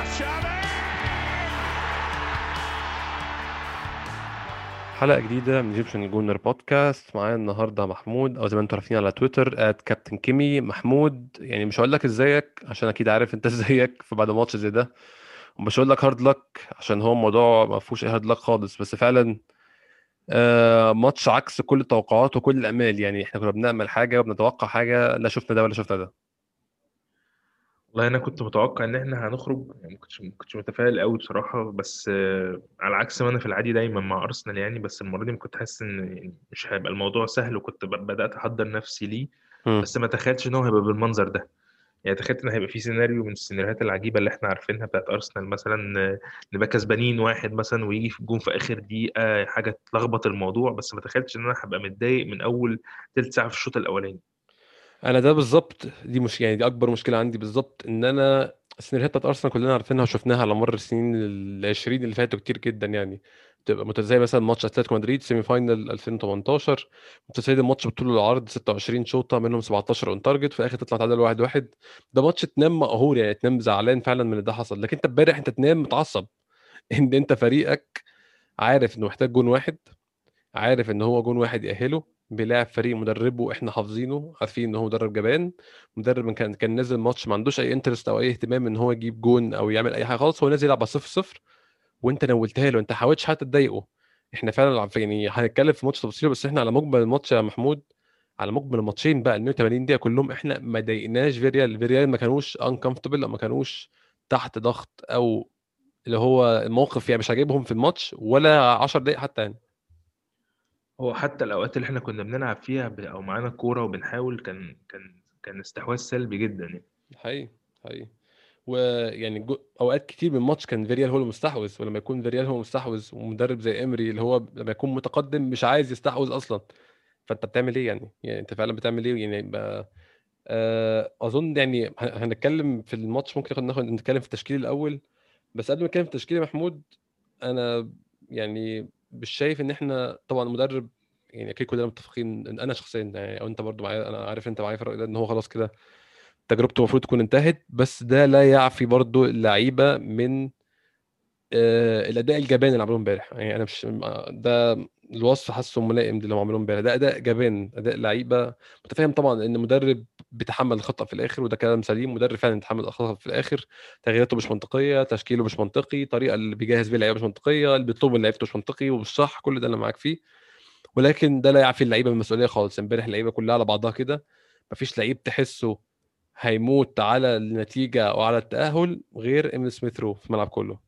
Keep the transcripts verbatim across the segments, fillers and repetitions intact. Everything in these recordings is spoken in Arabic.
حلقة جديدة من ايجيبشن جونر بودكاست. معايا النهاردة محمود، او زي ما انتوا عارفين على تويتر ات كابتن كيمي. محمود، يعني مش هقول لك ازيك عشان اكيد عارف انت ازيك في بعد ماتش زي ده، ومش هقول لك هارد لك عشان هو الموضوع ما فيهوش اي هارد لك خالص، بس فعلا آه ماتش عكس كل التوقعات وكل الامال. يعني احنا كنا بنأمل حاجة وبنتوقع حاجة، لا شفنا ده ولا شفنا ده. والله انا كنت متوقع ان احنا هنخرج، يعني ما كنتش ما كنتش متفائل قوي بصراحه. بس آه، على عكس ما انا في العادي دايما مع ارسنال يعني. بس المره دي كنت حاسس ان يعني مش هيبقى الموضوع سهل، وكنت ب- بدات احضر نفسي ليه. مم. بس ما تخيلتش ان هو هيبقى بالمنظر ده. يعني تخيلت ان هيبقى في سيناريو من السيناريوهات العجيبه اللي احنا عارفينها بتاعت ارسنال، مثلا آه، نبقى كسبانين واحد مثلا ويجي في الجون في اخر دقيقه حاجه تلخبط الموضوع. بس ما تخيلتش ان انا هبقى متضايق من اول تلت ساعه في الشوط الاولاني. انا ده بالظبط، دي مش يعني دي اكبر مشكله عندي بالظبط، ان انا السيناريوهات بتاعت ارسنال كلنا عارفينها وشفناها على مر السنين العشرين اللي فاتوا كتير جدا. يعني تبقى متزاي مثلا ماتش اتلتيكو مدريد سيمي فاينل ألفين وتمنتاشر، متزاي الماتش بطول العرض ستة وعشرين شوطه منهم سبعتاشر اون تارجت، في الاخر تطلع تعادل واحد واحد. ده ماتش تنام مقهور، يعني تنام زعلان فعلا من اللي ده حصل. لكن انت امبارح انت تنام متعصب ان انت فريقك عارف انه محتاج جون واحد، عارف ان هو جون واحد يأهله، بيلاعب فريق مدربه احنا حافظينه عارفين ان هو مدرب جبان، مدرب كان كان نازل ماتش ما عندوش اي انترست او اي اهتمام ان هو يجيب جون او يعمل اي حاجه خالص، هو نازل يلعب على صفر صفر، وانت نولتها له، انت حاولتش حتى تضايقه. احنا فعلا عارف- يعني هنتكلم في ماتش تفاصيله، بس احنا على مجمل الماتش يا محمود، على مجمل الماتشين بقى ال مية وتمانين دقيقه كلهم احنا ما ضايقناش فيريال. فيريال ما كانوش انكمفتبل او ما كانوش تحت ضغط، او اللي هو الموقف يعني مش عاجبهم في الماتش ولا عشر دقائق حتى يعني. هو حتى الاوقات اللي احنا كنا بنلعب فيها ب- او معانا الكوره وبنحاول، كان كان كان استحواذ سلبي جدا يعني. حقيقي حقيقي. ويعني جو- اوقات كتير من الماتش كان فيريال هو المستحوذ، ولما يكون فيريال هو مستحوذ ومدرب زي امري اللي هو لما يكون متقدم مش عايز يستحوذ اصلا، فانت بتعمل ايه يعني؟ يعني انت فعلا بتعمل ايه يعني يبقى؟ آه، اظن يعني ه- هنتكلم في الماتش، ممكن ناخد ناخد- نتكلم في التشكيل الاول. بس قبل ما نتكلم في التشكيل يا محمود، انا يعني مش شايف ان احنا طبعا مدرب، يعني اكيد كلنا متفقين ان انا شخصيا يعني، او انت برضو معايا، انا عارف انت معايا في الراي ده، ان هو خلاص كده تجربته المفروض تكون انتهت. بس ده لا يعفي برضو اللعيبه من آه، الاداء الجبان اللي عملوه امبارح. يعني انا مش ده الوصف حاسه ملائم اللي هم عملوه امبارح، ده اداء جبان، اداء لعيبه. متفاهم طبعا ان مدرب بيتحمل الخطا في الاخر، وده كلام سليم، مدرب فعلا يتحمل الخطا في الاخر. تغييراته مش منطقيه، تشكيله مش منطقي، الطريقه اللي بيجهز بيها اللعيبه مش منطقيه، اللي بيطلبه من لعيبته مش منطقي ومش صح، كل ده انا معاك فيه. ولكن ده لا يعفي اللعيبه من المسؤوليه خالص. امبارح اللعيبه كلها على بعضها كده، مفيش لعيب تحسه هيموت على النتيجه او على التاهل غير ايميل سميث رو في الملعب كله.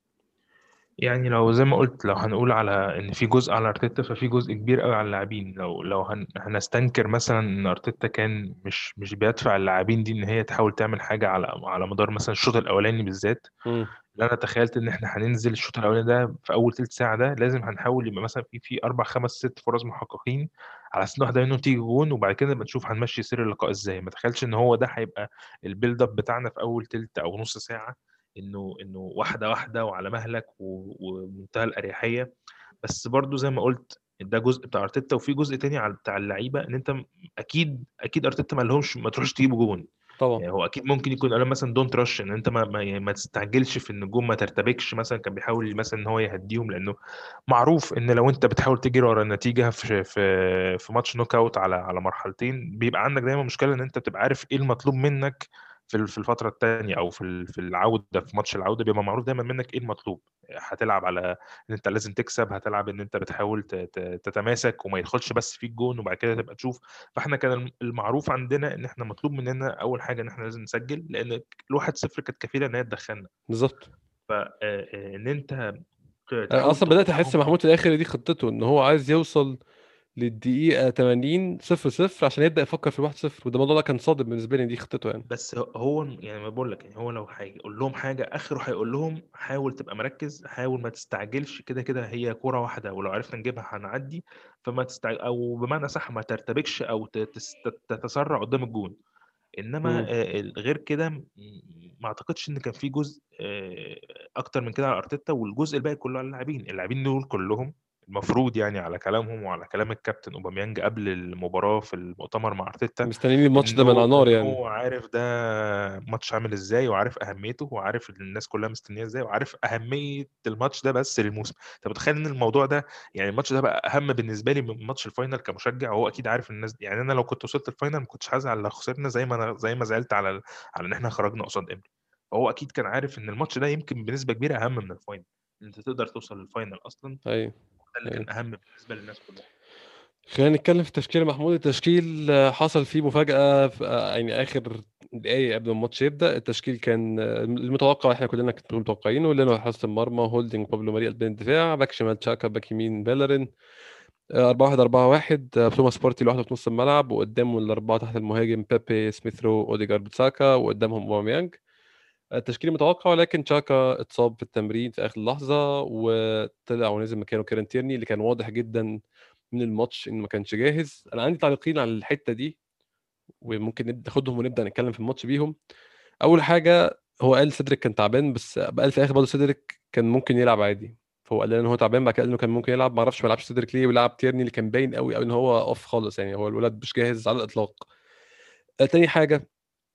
يعني لو زي ما قلت، لو هنقول على ان في جزء على ارتيتا، ففي جزء كبير قوي على اللاعبين. لو لو هن هنستنكر مثلا ان ارتيتا كان مش مش بيدفع اللاعبين دي ان هي تحاول تعمل حاجه على على مدار مثلا الشوط الاولاني بالذات. امم. اللي انا تخيلت ان احنا هننزل الشوط الاولاني ده في اول تلت ساعه ده لازم هنحاول يبقى مثلا في في اربع خمس ست فرص محققين، على اساس ان واحده منهم تيجي جون، وبعد كده نبقى نشوف هنمشي سير اللقاء ازاي. ما تخيلش ان هو ده هيبقى البيلد اب بتاعنا في اول تلت او نص ساعه، انه انه واحده واحده وعلى مهلك و- وبمنتهى الاريحيه. بس برضو زي ما قلت، ده جزء بتاع ارتيتا، وفي جزء تاني على بتاع اللعيبه. ان انت م- اكيد اكيد ارتيتا ما لهمش ما تروحش تجيبوا جون. طبعا. يعني هو اكيد ممكن يكون قال لهم مثلا دونت رش، ان انت ما ما, يعني ما تستعجلش في ان الجون ما ترتبكش. مثلا كان بيحاول مثلا ان هو يهديهم، لانه معروف ان لو انت بتحاول تجري ورا النتيجه في في في ماتش نوك اوت على على مرحلتين، بيبقى عندك دايما مشكله ان انت بتبقى عارف ايه المطلوب منك في ال- في الفتره الثانيه، او في ال- في العوده. في ماتش العوده بيبقى معروف دايما منك ايه المطلوب. هتلعب على ان انت لازم تكسب، هتلعب ان انت بتحاول ت- ت- تتماسك وما يدخلش بس فيك جون، وبعد كده تبقى تشوف. فاحنا كان الم- المعروف عندنا ان احنا مطلوب مننا اول حاجه ان احنا لازم نسجل، لان الواحد صفر كانت كفيله ان هي تدخلنا. بالظبط. فان انت انا تحاول اصلا بدات احس تقنعهم. محمود في الاخر دي خطته، ان هو عايز يوصل للدقيقه تمانين صفر صفر عشان يبدا يفكر في واحد صفر، وده الموضوع ده كان صادم بالنسبه لي، دي خطته يعني. بس هو يعني ما بقول لك، يعني هو لو هيقول لهم حاجه اخره هيقول لهم حاول تبقى مركز، حاول ما تستعجلش، كده كده هي كوره واحده ولو عرفنا نجيبها هنعدي. فما تستعجل، او بمعنى صح ما ترتبكش او تتس- تتسرع قدام الجون. انما امم. آه، غير كده م- ما اعتقدش ان كان في جزء آه، اكتر من كده على ارتيتا، والجزء الباقي كله على اللاعبين. اللاعبين دول كلهم المفروض يعني على كلامهم وعلى كلام الكابتن اوباميانج قبل المباراه في المؤتمر مع ارتيتا، مستنيين الماتش ده من على انه نار ان يعني. هو عارف ده ماتش عامل ازاي، وعارف اهميته، وعارف الناس كلها مستنيه ازاي، وعارف اهميه الماتش ده بس للموسم. انت متخيل ان الموضوع ده، يعني الماتش ده بقى اهم بالنسبه لي من ماتش الفاينل كمشجع؟ هو اكيد عارف الناس دي. يعني انا لو كنت وصلت الفاينل ما كنتش هزعل لو خسرنا، زي ما انا زي ما زعلت على ال- على ان احنا خرجنا قصاد امري. فهو اكيد كان عارف ان الماتش ده يمكن بنسبه كبيره اهم من الفاينل، ان انت تقدر توصل للفاينل اصلا. ايوه ده اللي ايوه. كان اهم بالنسبه للناس كلها. خلينا نتكلم في التشكيل يا محمود. التشكيل آه، حصل فيه مفاجأة في آه، يعني آخر دقايق قبل ما الماتش يبدأ. التشكيل كان آه، المتوقع، احنا كلنا كنا متوقعينه، لأنه حراسة المرمى هولدنج بابلو ماري قلبين الدفاع، باك شمال تشاكا، باك يمين بيلرين، آه، أربعة واحد أربعة واحد، آه، توماس بارتي لوحده في نص الملعب، وقدامه الأربعة تحت المهاجم بيبي سميث رو أوديجارد ساكا، وقدامهم أوباميانج. التشكيل متوقع، ولكن تشاكا اتصاب في التمرين في آخر لحظة وطلع ونزل مكانه كيرن تيرني، اللي كان واضح جدا من الماتش انه ما كانش جاهز. انا عندي تعليقين على الحته دي، وممكن نبدا ناخدهم ونبدا نتكلم في الماتش بيهم. اول حاجه، هو قال سيدريك كان تعبان، بس قال في الاخر برضه سيدريك كان ممكن يلعب عادي. فهو قال لنا ان هو تعبان، بعد كده قال انه كان ممكن يلعب. ما اعرفش ما لعبش سيدريك ليه ولعب تيرني، اللي كان باين قوي قوي ان هو اوف خالص، يعني هو الولد مش جاهز على الاطلاق. آه، تاني حاجه،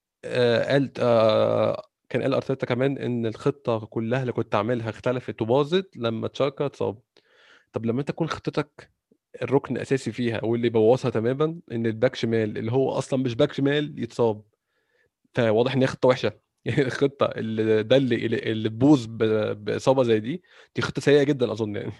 آه قال آه كان قال ارتيتا كمان ان الخطه كلها اللي كنت عاملها اختلفت وباظت لما تشاكا اتصاب. طب لما انت تكون خطتك الركن الاساسي فيها واللي بوظها تماما ان الباك شمال اللي هو اصلا مش باك شمال يتصاب، فواضح ان هي خطه وحشه. يعني الخطه اللي ده اللي اللي تبوظ ب- باصابه زي دي، دي خطه سيئه جدا اظن يعني.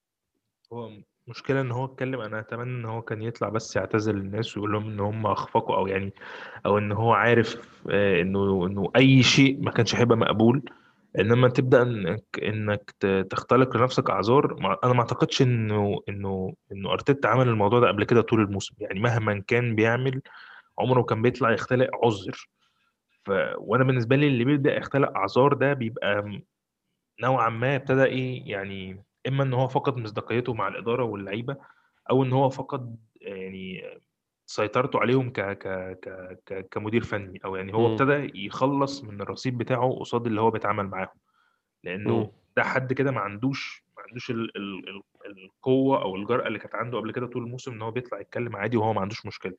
هو مشكلة ان هو اتكلم، انا اتمنى ان هو كان يطلع بس يعتذر للناس ويقول لهم ان هم اخفقوا، او يعني او ان هو عارف آه، انه انه اي شيء ما كانش هيبقى مقبول. انما تبدا انك انك ت- تختلق لنفسك اعذار. ما- انا ما اعتقدش انه انه انه ارتيتا عمل الموضوع ده قبل كده طول الموسم، يعني مهما كان بيعمل عمره كان بيطلع يختلق عذر. ف... وانا بالنسبه لي اللي بيبدا يختلق اعذار ده بيبقى نوعا ما ابتدى ايه يعني، اما ان هو فقد مصداقيته مع الاداره واللعيبه، او ان هو فقد يعني سيطرته عليهم ك ك ك ك كمدير فني، او يعني هو امم ابتدى يخلص من الرصيد بتاعه قصاد اللي هو بيتعامل معاهم. امم لانه ده حد كده ما عندوش ما عندوش ال ال ال القوه او الجرأه اللي كانت عنده قبل كده طول الموسم، ان هو بيطلع يتكلم عادي وهو ما عندوش مشكله.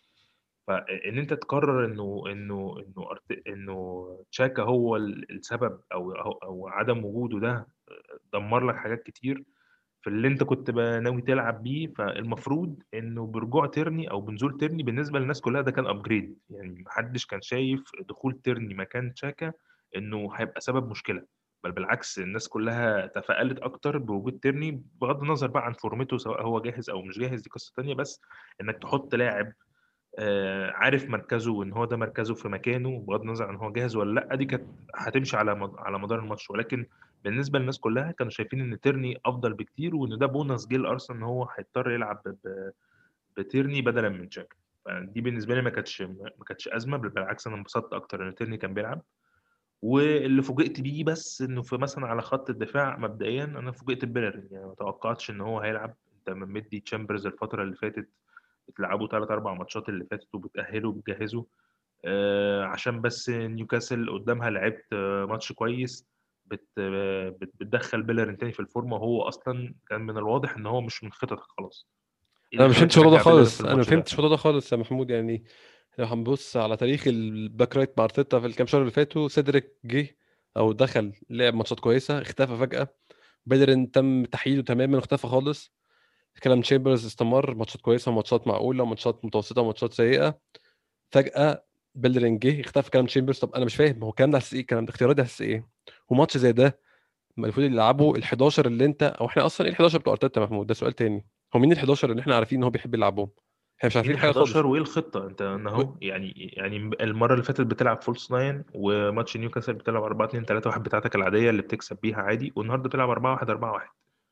فان انت تقرر انه انه انه أرت- انه تشاكا هو ال- السبب، او او أو عدم وجوده ده دمر لك حاجات كتير في اللي انت كنت بقى ناوي تلعب بيه. فالمفروض انه برجوع تيرني او بنزول تيرني بالنسبه للناس كلها ده كان ابجريد. يعني محدش كان شايف دخول تيرني مكان تشاكا انه هيبقى سبب مشكله، بل بالعكس الناس كلها تفائلت اكتر بوجود تيرني، بغض النظر بقى عن فورمته سواء هو جاهز او مش جاهز دي قصه تانيه. بس انك تحط لاعب آه، عارف مركزه وان هو ده مركزه في مكانه، بغض النظر عن هو جاهز ولا لا، دي كانت هتمشي على مد- على مدار الماتش. ولكن بالنسبه للناس كلها كانوا شايفين ان تيرني افضل بكتير، وان ده بونص جه لارسنال ان هو هيضطر يلعب ب- ب- بتيرني بدلا من جاك. فدي بالنسبه لي ما كانتش ما كانتش ازمه، بل بالعكس انا انبسطت اكتر ان تيرني كان بيلعب. واللي فوجئت بيه بس انه في مثلا على خط الدفاع مبدئيا انا فوجئت ببيلرين. يعني ما توقعتش ان هو هيلعب. انت من مدي تشامبرز الفتره اللي فاتت بتلعبوا ثلاث اربع ماتشات اللي فاتت وبتاهلوا وبتجهزوا آه، عشان بس نيوكاسل قدامها لعبت آه، ماتش كويس. بت آه، بت- بتدخل بيلرين تاني في الفورمه، وهو اصلا كان من الواضح ان هو مش من خططك خلاص. ايه انا اللي ما خلاك فهمتش الموضوع ده ترجع بيلرين في خالص، انا ما الماتش ده؟ فهمتش الموضوع ده خالص يا محمود. يعني لو هنبص على تاريخ الباك رايت مع ارتيتا في الكام شهر اللي فاتوا، سيدريك جه او دخل لعب ماتشات كويسه، اختفى فجاه. بيدرين تم تحييده تماما واختفى خالص. كلام تشامبرز استمر، ماتشات كويسه وماتشات معقوله وماتشات متوسطه وماتشات سيئه. فجاه بيلرين جه اختفى كلام تشامبرز. طب انا مش فاهم هو الكلام ده على ايه؟ الكلام ده اختيارات ده على ايه؟ وماتش زي ده المفروض يلعبوا ال حداشر اللي انت، او احنا اصلا ايه ال حداشر بتوع ارتيتا يا محمود؟ ده سؤال تاني. هو مين ال حداشر اللي احنا عارفين ان هو بيحب يلعبهم؟ احنا مش مين عارفين ال حاجه خالص. حداشر وايه الخطه؟ انت انا و... اهو يعني يعني المره اللي فاتت بتلعب فولس ناين، وماتش نيوكاسل بتلعب اربعة اتنين تلاتة واحد بتاعتك العاديه اللي بتكسب بيها عادي، والنهارده بتلعب اربعة واحد اربعة واحد.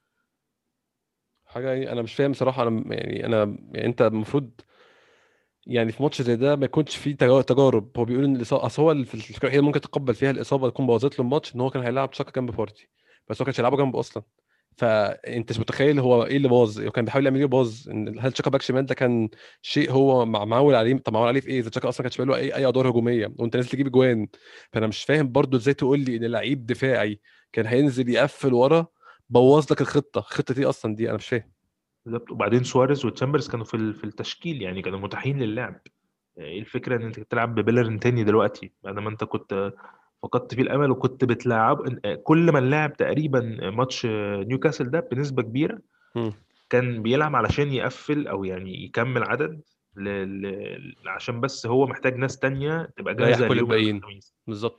حاجه يعني انا مش فاهم صراحه. انا يعني انا يعني انت المفروض يعني في ماتش زي ده ما يكونش فيه تجا- تجارب. هو بيقول ان الاصابه، اصل هو ال- في الفكره الوحيده اللي ممكن تتقبل فيها الاصابه تكون بوظت له الماتش، ان هو كان هيلعب تشاكا جنب بارتي، بس هو كانش هيلعبه جنبه اصلا. فانت مش متخيل هو ايه اللي باظ. هو كان بيحاول يعمل ايه باظ؟ ان هل تشاكا باك شمال ده كان شيء هو مع- معول عليه؟ طب معول عليه في ايه اذا تشاكا اصلا كانش بيعمل له اي اي ادوار هجوميه وانت نازل تجيب اجوان؟ فانا مش فاهم برضو ازاي تقول لي ان لعيب دفاعي كان هينزل يقفل ورا بوظ لك الخطه الخطه دي اصلا دي انا مش فاهم. بالظبط. وبعدين سواريز وتشامبرز كانوا في ال- في التشكيل، يعني كانوا متاحين للعب. ايه الفكره ان انت تلعب ببيلرين تاني دلوقتي بعد ما انت كنت فقدت فيه الامل، وكنت بتلعب كل ما نلعب تقريبا ماتش نيوكاسل ده بنسبه كبيره مم. كان بيلعب علشان يقفل او يعني يكمل عدد ل... ل... عشان بس هو محتاج ناس تانية تبقى ريح جاهزه كل اليوم الباقيين. الخميس. بالظبط.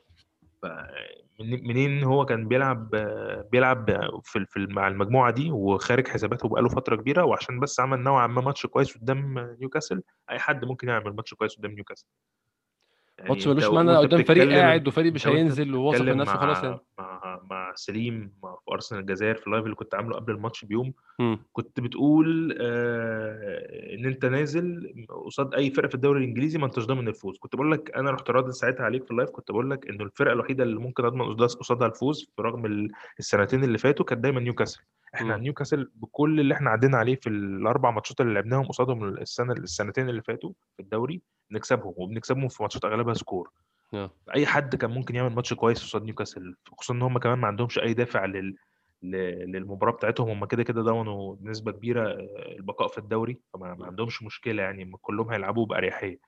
من- منين هو كان بيلعب بيلعب في في مع المجموعه دي وخارج حساباته بقاله فتره كبيره، وعشان بس عمل نوعا ما ماتش كويس قدام نيوكاسل. اي حد ممكن يعمل ماتش كويس قدام نيوكاسل. يعني ماتش انت ملوش معنى وانت قدام فريق بتتكلم قاعد وفريق انت مش وانت هينزل وواثق من بتتكلم نفسه خلاص يعني. مع مع مع سليم مع في ارسنال الجزائر في اللايف اللي كنت عامله قبل الماتش بيوم، مم. كنت بتقول آه ان انت نازل قصاد اي فرقه في الدوري الانجليزي ما انتش ضامن الفوز. كنت بقول لك، انا رحت رادد ساعتها عليك في اللايف، كنت بقول لك انه الفرقه الوحيده اللي ممكن اضمن قصادها قصادها الفوز في رغم ال- السنتين اللي فاتوا كانت دايما نيوكاسل. احنا مم. نيوكاسل بكل اللي احنا عدينا عليه في الاربع ماتشات اللي لعبناهم قصادهم السنه السنتين اللي فاتوا في الدوري بنكسبهم، وبنكسبهم في ماتشات اغلبها سكور. آه. اي حد كان ممكن يعمل ماتش كويس قصاد نيوكاسل، خصوصا ان هم كمان ما عندهمش اي دافع لل ل- للمباراه بتاعتهم. هم كده كده ضمنوا بنسبه كبيره آه، البقاء في الدوري، فما ما عندهمش مشكله يعني، هم كلهم هيلعبوا باريحيه.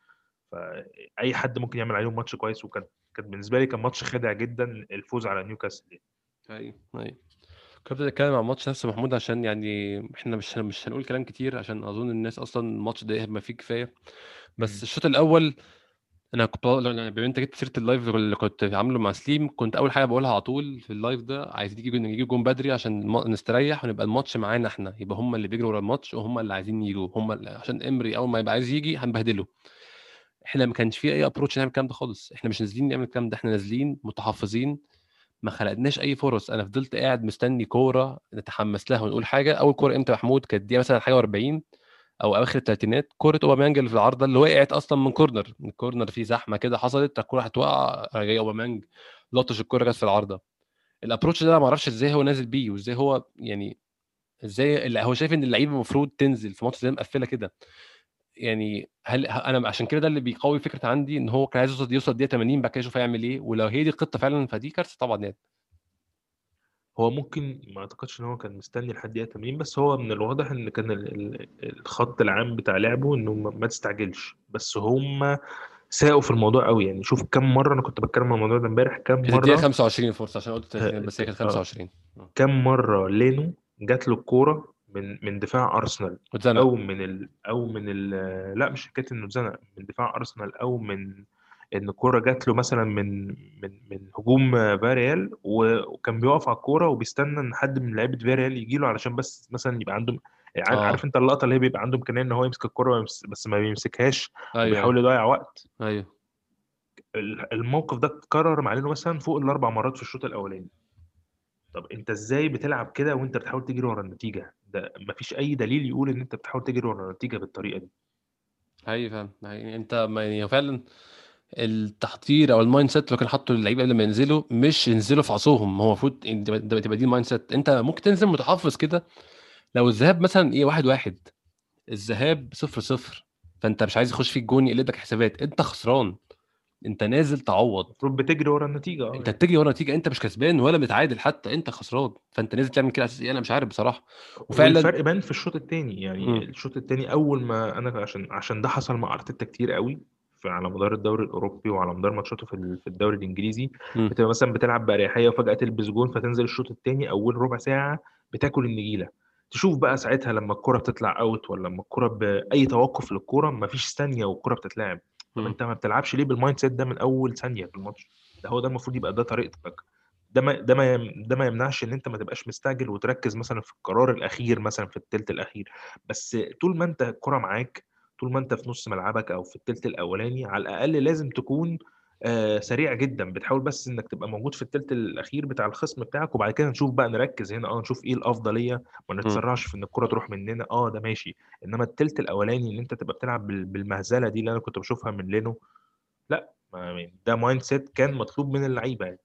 فاي حد ممكن يعمل عليهم ماتش كويس، وكان كان بالنسبه لي كان ماتش خادع جدا الفوز على نيوكاسل. ايوه ايوه. كنت بتكلم عن الماتش نفسه محمود عشان يعني احنا مش مش هنقول كلام كتير عشان اظن الناس اصلا الماتش ده ما فيه كفايه. بس امم الشوط الاول انا كنت بقول- يعني بما انت جبت سيره اللايف اللي كنت عامله مع سليم، كنت اول حاجه بقولها على طول في اللايف ده عايز يجي يجي جون بدري عشان الم- نستريح ونبقى الماتش معانا احنا، يبقى هم اللي بيجروا ورا الماتش وهم اللي عايزين يجوا هم اللي عشان امري اول ما يبقى عايز يجي هنبهدله. احنا ما كانش في اي ابروتش نعمل الكلام ده خالص، احنا مش نازلين نعمل الكلام ده، احنا نازلين متحفظين. ما خلقناش اي فرص، انا فضلت قاعد مستني كوره نتحمس لها ونقول حاجه. اول كوره امتى يا محمود؟ كانت دي مثلا حاجه و40 او اواخر الثلاثينات، كوره اوباميانج اللي في العارضه اللي وقعت اصلا من كورنر، من كورنر في زحمه كده حصلت الكوره هتوقع جاي اوباميانج لطش الكوره جت في العارضه. الابروتش ده أنا ما اعرفش ازاي هو نازل بيه وازاي هو يعني ازاي اللي هو شايف ان اللعيبه المفروض تنزل في ماتش زي ده مقفله كده. يعني هل انا عشان كده ده اللي بيقوي فكره عندي ان هو كان عايز يوصل يوصل دقيقه ثمانين بعد كده يشوف هيعمل ايه، ولو هي دي الخطه فعلا فدي كارثه طبعا يعني. هو ممكن ما اعتقدش ان هو كان مستني لحد دقيقه تمرين، بس هو من الواضح ان كان ال- ال- الخط العام بتاع لعبه انه ما ما تستعجلش. بس هم ساقوا في الموضوع قوي يعني. شوف كم مره انا كنت بتكلم عن الموضوع ده امبارح، كم كانت الدقيقه مره خمسة وعشرين الفرصه عشان قلت ثلاثين آه، بس هي كانت آه، خمسة وعشرين. آه. كم مره لينو جات له الكوره من من دفاع ارسنال، واتزنق. او من ال او من ال لا مش حكايه انه اتزنق من دفاع ارسنال، او من ان الكوره جات له مثلا من من من هجوم فاريال، و- وكان بيقف على الكوره وبيستنى ان حد من لعيبه فاريال يجي له علشان بس مثلا يبقى عندهم، عارف اه انت اللقطه اللي هي بيبقى عنده امكانيه ان هو يمسك الكوره ويمس- بس ما بيمسكهاش ايوه ايوه وبيحاول يضيع وقت. ايوه. ال- الموقف ده اتكرر مع لينو مثلا فوق الاربع مرات في الشوط الاولاني. طب انت ازاي بتلعب كده وانت بتحاول تجري ورا النتيجه؟ ده مفيش اي دليل يقول ان انت بتحاول تجري ورا النتيجه بالطريقه دي. ايوه فاهم يعني انت ما يعني فعلا التحضير او المايند سيت اللي كان حاطه للعيبه قبل ما ينزلوا مش ينزلوا في عصوهم، هو المفروض إن تبقى تبقى- تبقى دي المايند سيت. انت ممكن تنزل متحفظ كده لو الذهاب مثلا ايه واحد واحد، الذهاب صفر صفر، فانت مش عايز يخش فيك جون يقلب لك حسابات، انت خسران، انت نازل تعوض. المفروض بتجري ورا النتيجه اه انت يعني. بتجري ورا نتيجه، انت مش كسبان ولا متعادل حتى، انت خسران، فانت نازل تعمل كده على اساس ايه؟ انا مش عارف بصراحه. وفعلا. والفرق بان في الشوط الثاني، يعني امم. الشوط الثاني اول ما انا عشان عشان ده حصل مع ارتيتا كتير قوي في على مدار الدوري الاوروبي وعلى مدار ماتشاته في ال- في الدوري الانجليزي. امم. بتبقى مثلا بتلعب باريحيه وفجاه تلبس جون، فتنزل الشوط الثاني اول ربع ساعه بتاكل النجيله. تشوف بقى ساعتها لما الكره بتطلع اوت، ولا لما الكره باي توقف للكره مفيش ثانيه والكره بتتلعب. طب امم. انت ما بتلعبش ليه بالمايند سيت ده من اول ثانيه في الماتش؟ ده هو ده المفروض يبقى ده طريقتك. ده ما ده ما يم- ده ما يمنعش ان انت ما تبقاش مستعجل وتركز مثلا في القرار الاخير مثلا في الثلث الاخير. بس طول ما انت الكرة معاك، طول ما انت في نص ملعبك او في الثلث الاولاني على الاقل لازم تكون آه سريع جدا. بتحاول بس انك تبقى موجود في الثلث الاخير بتاع الخصم بتاعك، وبعد كده نشوف بقى نركز هنا اه نشوف ايه الافضليه، ما امم. نتسرعش في ان الكرة تروح مننا اه ده ماشي. انما الثلث الاولاني ان انت تبقى بتلعب بال- بالمهزله دي اللي انا كنت بشوفها من لينو، لا ما- ده مايند سيت كان مطلوب من اللعيبه يعني.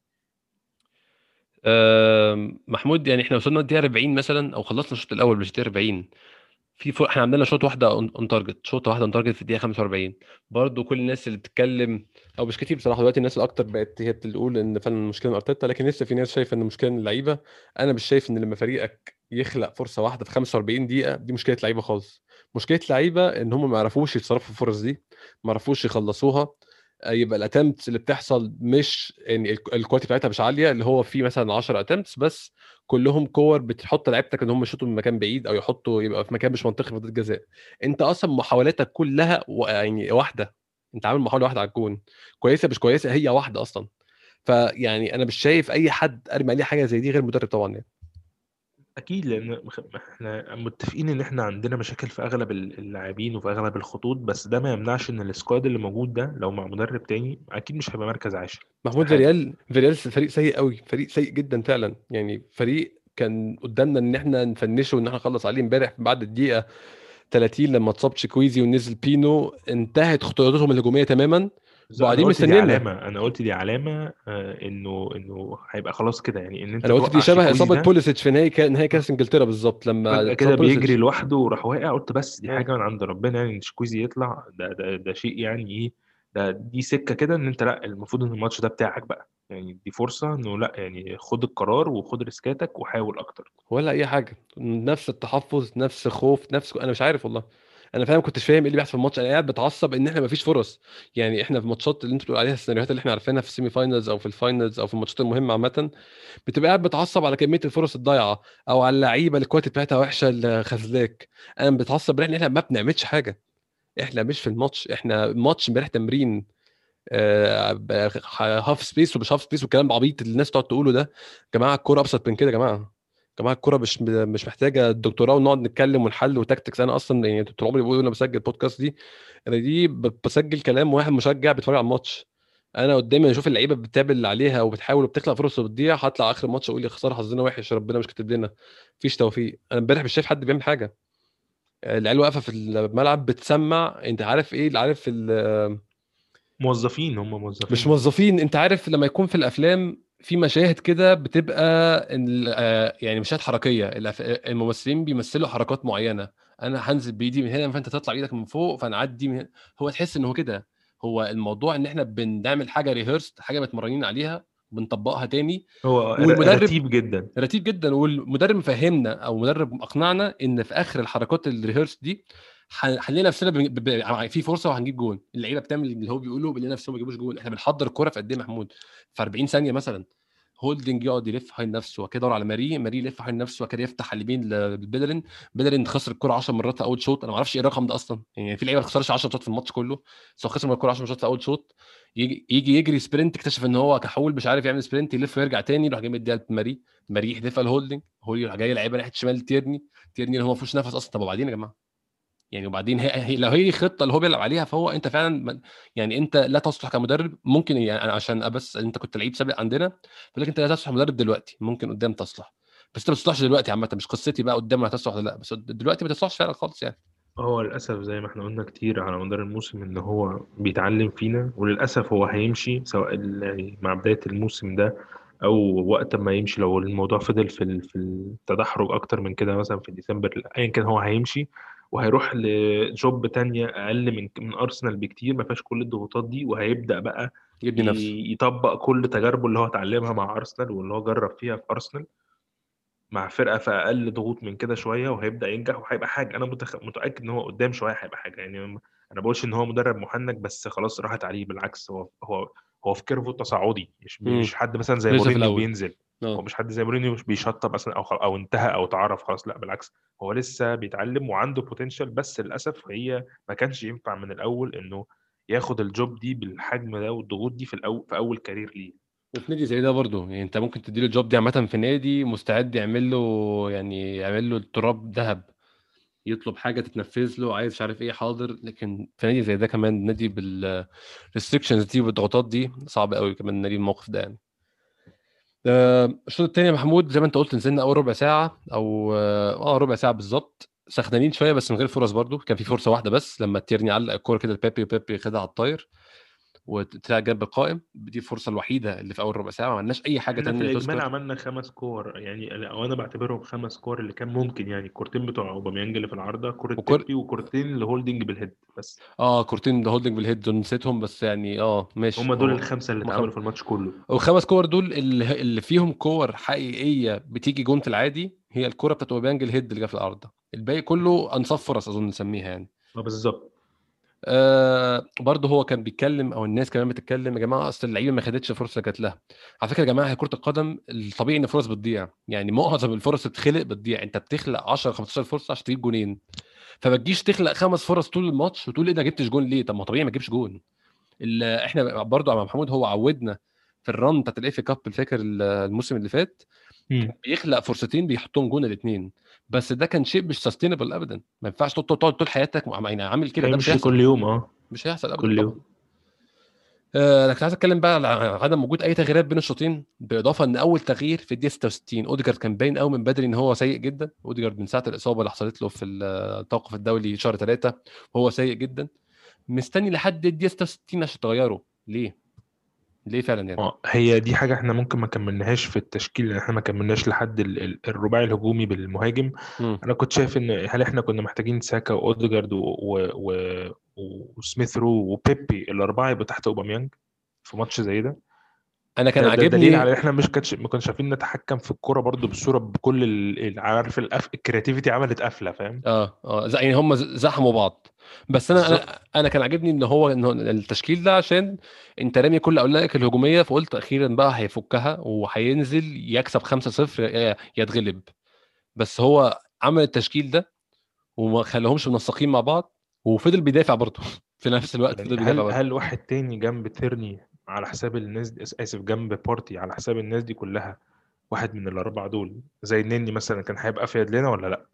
آم، محمود يعني احنا وصلنا الدقيقه أربعين مثلا او خلصنا الشوط الاول مش الدقيقه أربعين، في فوق احنا عندنا شوط واحده اون تارجت، شوط واحده اون تارجت في الدقيقه خمسة وأربعين. برضو كل الناس اللي بتتكلم، او مش كتير بصراحه دلوقتي، الناس الاكتر بقت هي بتقول ان فعلا المشكله من ارتيتا، لكن لسه في ناس شايفه ان المشكله من اللعيبه. انا مش شايف ان لما فريقك يخلق فرصه واحده في خمسة وأربعين دقيقه دي مشكله لعيبه خالص. مشكله لعيبه ان هم ما يعرفوش يتصرفوا في الفرص دي، ما يعرفوش يخلصوها. آه، يبقى الاتمتس اللي بتحصل مش يعني ال- الكواليتي بتاعتها مش عاليه، اللي هو في مثلا عشرة اتمتس بس كلهم كور بتحط لعيبتك ان هم يشوطوا من مكان بعيد او يحطوا يبقى في مكان مش منطقي في منطقه الجزاء. انت اصلا محاولاتك كلها و- يعني واحده. انت عامل محاوله واحده على الجون، كويسه مش كويسه هي واحده اصلا. فيعني انا مش شايف اي حد ارمي عليه حاجه زي دي غير مدرب طبعا يعني. اكيد، لان مخ- احنا متفقين ان احنا عندنا مشاكل في اغلب ال- اللاعبين وفي اغلب الخطوط، بس ده ما يمنعش ان السكواد اللي موجود ده لو مع مدرب تاني اكيد مش هيبقى مركز عاشر. محمود استحالة. فيريال فيريال فريق سيء قوي، فريق سيء جدا فعلا يعني. فريق كان قدامنا ان احنا نفنشه وان احنا نخلص عليه امبارح بعد الدقيقه ثلاثين لما اتصاب تشيكويزي ونزل بينو، انتهت خطوطهم الهجوميه تماما. بالظبط، انا وقاعدين قلت دي مستنينا. علامه انا قلت دي علامه آه، انه انه هيبقى خلاص كده، يعني ان انت انا قلت دي توقع شبه شيكوزي اصابه ده. بوليسيتش في نهائي كا... نهائي كاس انجلترا بالظبط لما فجاه كده اتصاب بيجري بوليسيتش. لوحده وراح واقع، قلت بس دي اه حاجه من عند ربنا، يعني ان شيكوزي يطلع ده ده ده شيء يعني ايه. ده دي سكه كده ان انت لا، المفروض ان الماتش ده بتاعك بقى، يعني دي فرصه انه لا، يعني خد القرار وخد ريسكاتك وحاول اكتر. ولا اي حاجه، نفس التحفظ نفس خوف نفس، انا مش عارف والله. انا فاهم كنتش فاهم ايه اللي بيحصل في الماتش. انا قاعد بتعصب ان احنا مفيش فرص. يعني احنا في ماتشات اللي انت بتقول عليها السيناريوهات اللي احنا عارفينها في السيمي فاينلز او في الفاينلز او في الماتشات المهمه عامه، بتبقى قاعد بتعصب على كميه الفرص الضايعه او على اللعيبه اللي الكواليتي بتاعتها وحشه اللي خذلاك. انا بتعصب ان احنا ما بنعملش حاجه. احنا مش في الماتش، احنا ماتش امبارح تمرين. آه، ب- هاف سبيس ومش هاف سبيس والكلام العبيط اللي الناس تقعد تقوله ده. يا جماعه الكوره ابسط من كده يا جماعه. يا جماعه الكوره مش مش محتاجه دكتوراه ونقعد نتكلم ونحل وتكتكس. انا اصلا يعني طول عمري بقول وانا بسجل بودكاست دي، انا دي ب- بسجل كلام واحد مشجع بيتفرج على الماتش. انا قدامي اشوف اللعيبه بتتابع اللي عليها وبتحاول وبتخلق فرص وبتضيع، هطلع اخر الماتش اقول يا خساره حظنا وحش ربنا مش كاتب لنا. مفيش توفيق. انا امبارح مش شايف حد بيعمل حاجه. العيال واقفه في الملعب بتسمع، انت عارف ايه اللي عارف ال- موظفين، هم مش موظفين. موظفين. انت عارف لما يكون في الافلام في مشاهد كده بتبقى ال- آه، يعني مشاهد حركيه، الأف- الممثلين بيمثلوا حركات معينه. انا هنزل بايدي من هنا فانت تطلع ايدك من فوق فانا اعدي من هنا. هو تحس ان هو كده. هو الموضوع ان احنا بنعمل حاجه ريهرست، حاجه متمرنين عليها بنطبقها تاني. هو ر- والمدرب رتيب جدا. رتيب جدا، والمدرب مفهمنا او مدرب اقنعنا ان في اخر الحركات الريهرس دي ح- هنلاقي نفسنا ب... ب... ب... في فرصه وهنجيب جون. اللعيبه بتعمل اللي هو بيقوله بيلاقي نفسهم ما يجيبوش جون. احنا بنحضر الكوره في قد ايه محمود؟ في أربعين ثانيه مثلا. هولدنج يقعد يلف حوالين نفسه وكده يدور على ماري، ماري يلف حوالين نفسه وكده يفتح على اليمين لبيدرين. بيدرين خسر الكوره عشر مرات في اول شوط. انا ما اعرفش ايه الرقم ده اصلا، يعني في لعيبه ما خسرش عشر شوط في الماتش كله، بس هو خسر الكوره عشر مرات في اول شوط. يجي يجي يجري سبرنت، اكتشف ان هو كحول مش عارف يعمل سبرنت، يلف ويرجع تاني يروح جاي مديها لماري. ماري يحدفها الهولدنج، هو يروح جاي لعيبه ناحيه شمال تيرني. تيرني اللي هو ما فيهوش نفس اصلا. طب وبعدين يا جماعه؟ يعني وبعدين هي هي لو هي الخطه اللي هو بيلعب عليها فهو انت فعلا من- يعني انت لا تصلح كمدرب. ممكن يعني أنا عشان بس انت كنت لعيب سابق عندنا بقول لك انت لا تصلح مدرب دلوقتي، ممكن قدام تصلح. بس انت ما تصلحش دلوقتي عامه، مش قصتي بقى قدام هتصلح ولا لا، بس دلوقتي ما تصلحش فعلا خالص يعني. هو للأسف زي ما احنا قلنا كتير على مدار الموسم إن هو بيتعلم فينا، وللأسف هو هيمشي سواء ال- يعني مع بداية الموسم ده أو وقت ما يمشي. لو الموضوع فضل في ال- في التدحرج أكتر من كده مثلا في ديسمبر، أيا كان هو هيمشي وهيروح لجوب تانية أقل من من أرسنال بكتير، ما فيهاش كل الضغوطات دي، وهيبدأ بقى يبني نفسه. ي- يطبق كل تجاربه اللي هو اتعلمها مع أرسنال واللي هو جرب فيها في أرسنال مع فرقه في اقل ضغوط من كده شويه، وهيبدا ينجح وهيبقى حاجه. انا متخ... متاكد ان هو قدام شويه هيبقى حاجه يعني. انا بقولش ان هو مدرب محنك بس خلاص راحت عليه، بالعكس هو هو هو في كيرفو تصاعدي، مش امم مش حد مثلا زي لسه في مورينيو الاول. بينزل. هو اه مش حد زي مورينيو مش بيشطب مثلا او خل... او انتهى او تعرف خلاص، لا بالعكس. هو لسه بيتعلم وعنده بوتنشال، بس للاسف هي ما كانش ينفع من الاول انه ياخد الجوب دي بالحجم ده والضغوط دي في الاول في اول كارير ليه. وفي نادي زي ده برضه يعني انت ممكن تديله الجوب دي عامه في نادي مستعد يعمل له، يعني يعمل له التراب ذهب. يطلب حاجه تتنفذ له، عايز مش عارف ايه حاضر. لكن في نادي زي ده كمان، نادي بالريستريكشنز دي والضغوطات دي، صعب قوي كمان نادي الموقف ده يعني. آه، الشوط الثاني يا محمود زي ما انت قلت نزلنا اول ربع ساعه او اه آه، ربع ساعه بالظبط سخنانين شويه بس من غير فرص. برضو كان في فرصه واحده بس لما تيرني علق الكوره كده لبيبي وبيبي خدها على الطاير. وطلع جنب القائم. دي الفرصه الوحيده اللي في اول ربع ساعه، ما عملناش اي حاجه احنا في تانية الاجمال تذكر. عملنا خمس كور يعني، او انا بعتبرهم خمس كور اللي كان ممكن يعني، الكورتين بتوع اوباميانج اللي في العارضه، كوره وكر بيبي، وكورتين لهولدنج بالهيد بس. اه كورتين ده هولدنج بالهيد دول نسيتهم، بس يعني اه ماشي. هم دول هو الخمسه اللي هم خم... اتعملوا في الماتش كله. والخمس كور دول اللي, اللي فيهم كور حقيقيه بتيجي جون في العادي، هي الكوره بتاعت اوباميانج الهيد اللي جه في العارضه. الباقي كله انصاف فرص اظن نسميها يعني. اه بالظبط. آه برضه هو كان بيتكلم، او الناس كمان بتتكلم، يا جماعه اصل اللعيبه ما خدتش الفرصه اللي جات لها. على فكره يا جماعه، هي كره القدم الطبيعي ان الفرص بتضيع، يعني معظم الفرص تتخلق بتضيع. انت بتخلق عشرة خمستاشر فرصه عشان تجيب جونين، فما تجيش تخلق خمس فرص طول الماتش وتقول ايه ده ما جبتش جون ليه؟ طب ما طبيعي ما تجيبش جون. ال- احنا برضه يا محمود هو عودنا في الرن بتاعت الاف كاب، فاكر الموسم اللي فات مم. بيخلق فرصتين بيحطهم جون الاثنين، بس ده كان شيء مش سستينبل ابدا. ما ينفعش تقعد تقعد طول حياتك مع- يعني عامل مش كده، ده مش هيمشي كل هيحصل. يوم اه. مش هيحصل ابدا كل طبعا. يوم. آه، انا كنت عايز اتكلم بقى على عدم وجود اي تغييرات بين الشوطين، بالاضافه ان اول تغيير في الدقيقه ستة وستين اوديجارد كان باين قوي من بدري ان هو سيء جدا. اوديجارد من ساعه الاصابه اللي حصلت له في التوقف الدولي شهر ثلاثة وهو سيء جدا. مستني لحد الدقيقه ستة وستين عشان تغيره ليه؟ ليه فعلا يعني؟ اه هي دي حاجه احنا ممكن ما كملناهاش في التشكيل، لان احنا ما كملناش لحد ال- ال- الرباعي الهجومي بالمهاجم. امم انا كنت شايف ان هل احنا كنا محتاجين ساكا واوديجارد و... و... و... وسميث رو وبيبي الاربعه يبقوا تحت اوباميانج في ماتش زي ده؟ انا كان ده ده دليل على عاجبني. ان احنا مش كانش ما كناش عارفين نتحكم في الكوره برضو بالصوره بكل ال... ال- عارف الأف... الكرياتيفيتي عملت قفله، فاهم؟ اه اه ز- يعني هم ز- زحموا بعض. بس انا بالظبط. انا انا كان عاجبني ان هو ان هو التشكيل ده، عشان انت رامي كل اولادك الهجوميه، فقلت اخيرا بقى هيفكها وهينزل يكسب خمسة صفر يا يا يتغلب. بس هو عمل التشكيل ده وما خلاهمش منسقين مع بعض، وفضل بيدافع برضه في نفس الوقت يعني فضل بيدافع هل برضه. هل واحد تاني جنب تيرني على حساب الناس دي، اسف، جنب بارتي على حساب الناس دي كلها، واحد من الاربعه دول زي النني مثلا، كان هيبقى افيد لنا ولا لا؟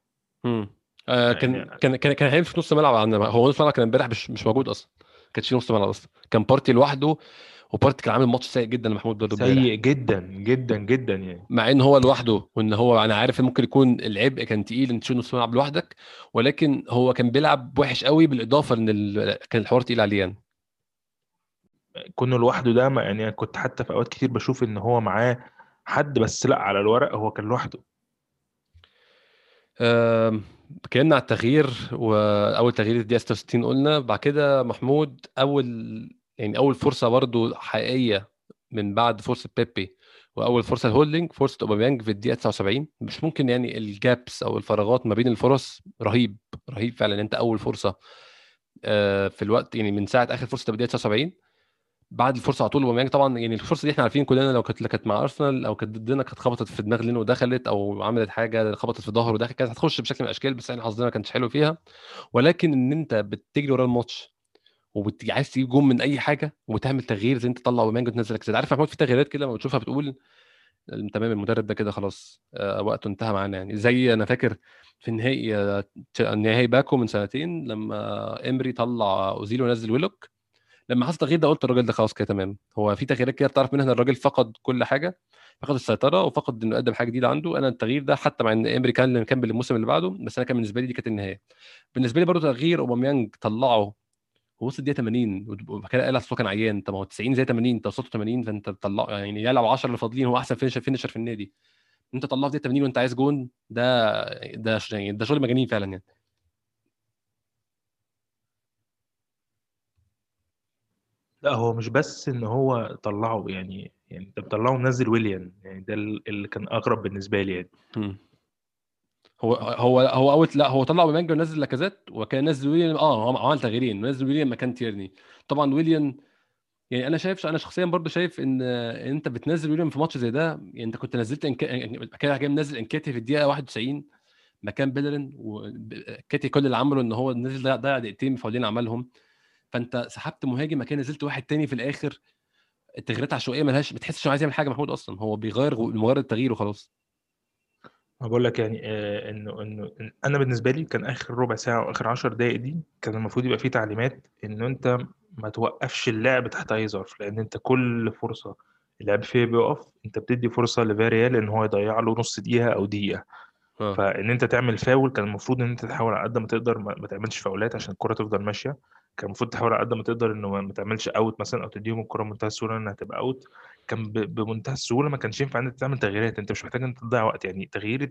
امم آه يعني كان كان كان كان هيمشي في نص ملعب عندنا. هو نص ملعب كان امبارح مش مش موجود اصلا، ما كانش في نص ملعب اصلا، كان بارتي لوحده. وبارتي كان عامل ماتش سيء جدا لمحمود برضه سيء امبارح، جدا جدا جدا يعني. مع ان هو لوحده، وان هو انا عارف إن ممكن يكون العبء كان تقيل ان تشيل نص ملعب لوحدك، ولكن هو كان بيلعب وحش قوي، بالاضافه ان ال... كان الحوار تقيل عليه يعني. كونه لوحده ده ما يعني، كنت حتى في اوقات كتير بشوف ان هو معاه حد، بس لا، على الورق هو كان لوحده. آم، اتكلمنا على التغيير، واول تغيير الدقيقه ستة وستين قلنا. بعد كده محمود اول يعني اول فرصه برضو حقيقيه من بعد فرصه بيبي، واول فرصه الهولدنج فرصه اوباميانج في الدقيقه تسعة وسبعين. مش ممكن يعني الجابس او الفراغات ما بين الفرص رهيب رهيب فعلا. انت اول فرصه آه، في الوقت يعني من ساعه اخر فرصه بالدقيقه تسعة وسبعين، بعد الفرصه على طول اوباميانج طبعا. يعني الفرصه دي احنا عارفين كلنا، لو كانت كانت مع ارسنال او كانت ضدنا كانت خبطت في دماغ لينو ودخلت، او عملت حاجه خبطت في ظهره ودخلت، كانت هتخش بشكل من الاشكال، بس احنا حظنا ما كانش حلو فيها. ولكن ان انت بتجري ورا الماتش وعايز تجيب جون من اي حاجه وتعمل تغيير زي انت تطلع اوباميانج وتنزل كده. عارف يا محمود في تغييرات كده لما بتشوفها بتقول تمام المدرب ده كده خلاص آه، وقته انتهى معانا يعني. زي انا فاكر في نهائي آه، نهائي باكو من سنتين لما امري طلع اوزيل ونزل ويلوك. لما حصل تغيير ده قلت الراجل ده خلاص كده تمام. هو في تغييرات كده بتعرف منها ان الراجل فقد كل حاجه، فقد السيطره وفقد انه يقدم حاجه جديده عنده. انا التغيير ده حتى مع ان امري كان مكمل الموسم اللي بعده، بس انا كان بالنسبه لي دي كانت النهايه. بالنسبه لي برضه تغيير اوباميانج طلعه ووصل الدقيقه ثمانين، وبعد كده قال اصل هو كان عيان. طب ما هو تسعين زي ثمانين، انت وصلت ثمانين فانت تطلعه يعني يلعب عشرة اللي فاضلين، هو احسن فينشر فينشر في النادي، انت طلعه في الدقيقه ثمانين وانت عايز جون. ده ده ش- يعني ده شغل مجانين فعلا يعني. لا هو مش بس ان هو طلعه يعني، يعني انت بتطلعه منزل ويليام، يعني ده ال- اللي كان اغرب بالنسبه لي يعني. مم. هو هو هو اوت لا هو طلع اوباميانج ونزل لاكازيت، وكان نزل ويليام. اه هو عمل تغييرين، نزل ويليام مكان تيرني. طبعا ويليام يعني انا شايف انا شخصيا برضو شايف ان إن انت بتنزل ويليام في ماتش زي ده. يعني انت كنت نزلت إنك... يعني كده جاي منزل انكاتي في الدقيقه واحد وتسعين مكان بيلرين، وكاتي كل اللي عمله ان هو نزل ضيع ضيع دقيقتين فاولين عملهم. فانت سحبت مهاجم مكان نزلت واحد تاني في الاخر. التغييرات عشوائيه ملهاش، ما تحسش انه عايز يعمل حاجه محمود اصلا، هو بيغير مجرد التغيير وخلاص. انا بقول لك يعني آه، انه انه إن انا بالنسبه لي كان اخر ربع ساعه واخر عشر دقائق دي كان المفروض يبقى فيه تعليمات انه انت ما توقفش اللعب تحت اي ظرف، لان انت كل فرصه اللعب فيها بيقف انت بتدي فرصه لفاريال ان هو يضيع له نص دقيقه او دقيقه. اه فان انت تعمل فاول كان المفروض ان انت تحاول على قد ما تقدر ما ما تعملش فاولات عشان الكره تفضل ماشيه. كان المفروض تحاول على قد ما تقدر انه ما ما تعملش اوت مثلا، او تديهم الكره بمنتهى السهوله انها تبقى اوت. كان ب- بمنتهى السهوله، ما كانش ينفع ان انت تعمل تغييرات. انت مش محتاج ان انت تضيع وقت، يعني تغيير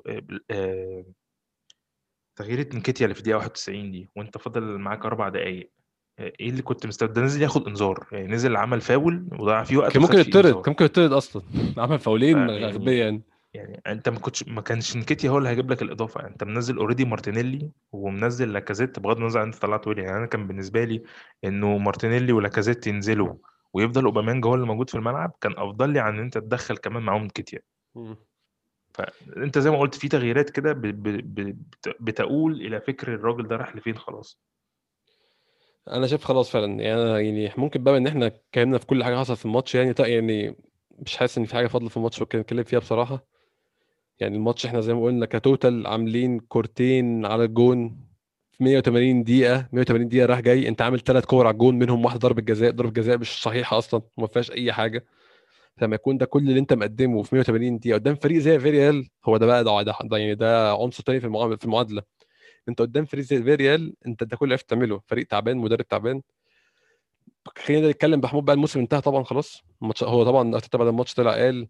تغيير نكيتيا اللي في دقيقه واحد وتسعين دي وانت فاضل معاك اربع دقائق. ايه اللي كنت مستني؟ ده نزل ياخد انذار، يعني نزل عمل فاول وضيع فيه وقت كان ممكن وخد فيه يطرد، كان انذار. ممكن يطرد اصلا. عمل فاولين فيعني غبية يعني. يعني انت ما كنتش ما كانش نكيتيا هو اللي هيجيب لك الاضافه. انت منزل اوريدي مارتينيلي ومنزل لاكازيت، بغض النظر عن انت طلعت ويليان. يعني انا كان بالنسبه لي انه مارتينيلي ولاكازيت ينزلوا ويفضل اوباميانج هو اللي موجود في الملعب، كان افضل لي عن ان انت تدخل كمان معاهم نكيتيا. مم. فانت زي ما قلت في تغييرات كده ب- ب- ب- بت- بتقول الى فكر الراجل ده راح لفين خلاص. انا شايف خلاص فعلا يعني. أنا يعني ممكن بقى ان احنا اتكلمنا في كل حاجه حصلت في الماتش يعني. طيب يعني مش حاسس ان في حاجه فاضله في الماتش ممكن نتكلم فيها بصراحه. يعني الماتش احنا زي ما قلنا كتوتال عاملين كورتين على الجون في مية وتمانين دقيقه. مية وتمانين دقيقه راح جاي، انت عامل ثلاث كور على الجون، منهم واحده ضربه جزاء. ضربه جزاء مش صحيحه اصلا وما فيهاش اي حاجه. لما يكون ده كل اللي انت مقدمه في مية وتمانين دقيقه قدام فريق زي فيريال، هو ده بقى ده, ده, ده يعني ده عنصر تاني في المعامله في المعادله. انت قدام فريق زي فيريال، انت ده كل اللي عرفت تعمله. فريق تعبان، مدرب تعبان. خلينا نتكلم بحمود بقى. الموسم انتهى طبعا خلاص. الماتش هو طبعا ارتيتا بعد الماتش طلع قال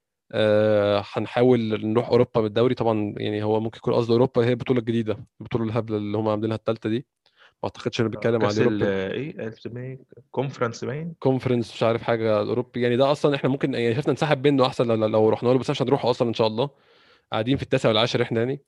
آه هنحاول نروح اوروبا بالدوري. طبعا يعني هو ممكن يكون قصده اوروبا هي البطوله الجديده، البطوله الهبله اللي هم عاملينها الثالثه دي. ما اعتقدش انه آه، بيتكلم على كاس ال اليوروبا ايه اسمه ايه، كونفرنس باين. كونفرنس، مش عارف حاجه الاوروبي يعني. ده اصلا احنا ممكن يعني شفنا نسحب منه احسن لو, لو رحنا له، بس مش هنروح اصلا ان شاء الله. قاعدين في التاسع والعاشر احنا يعني.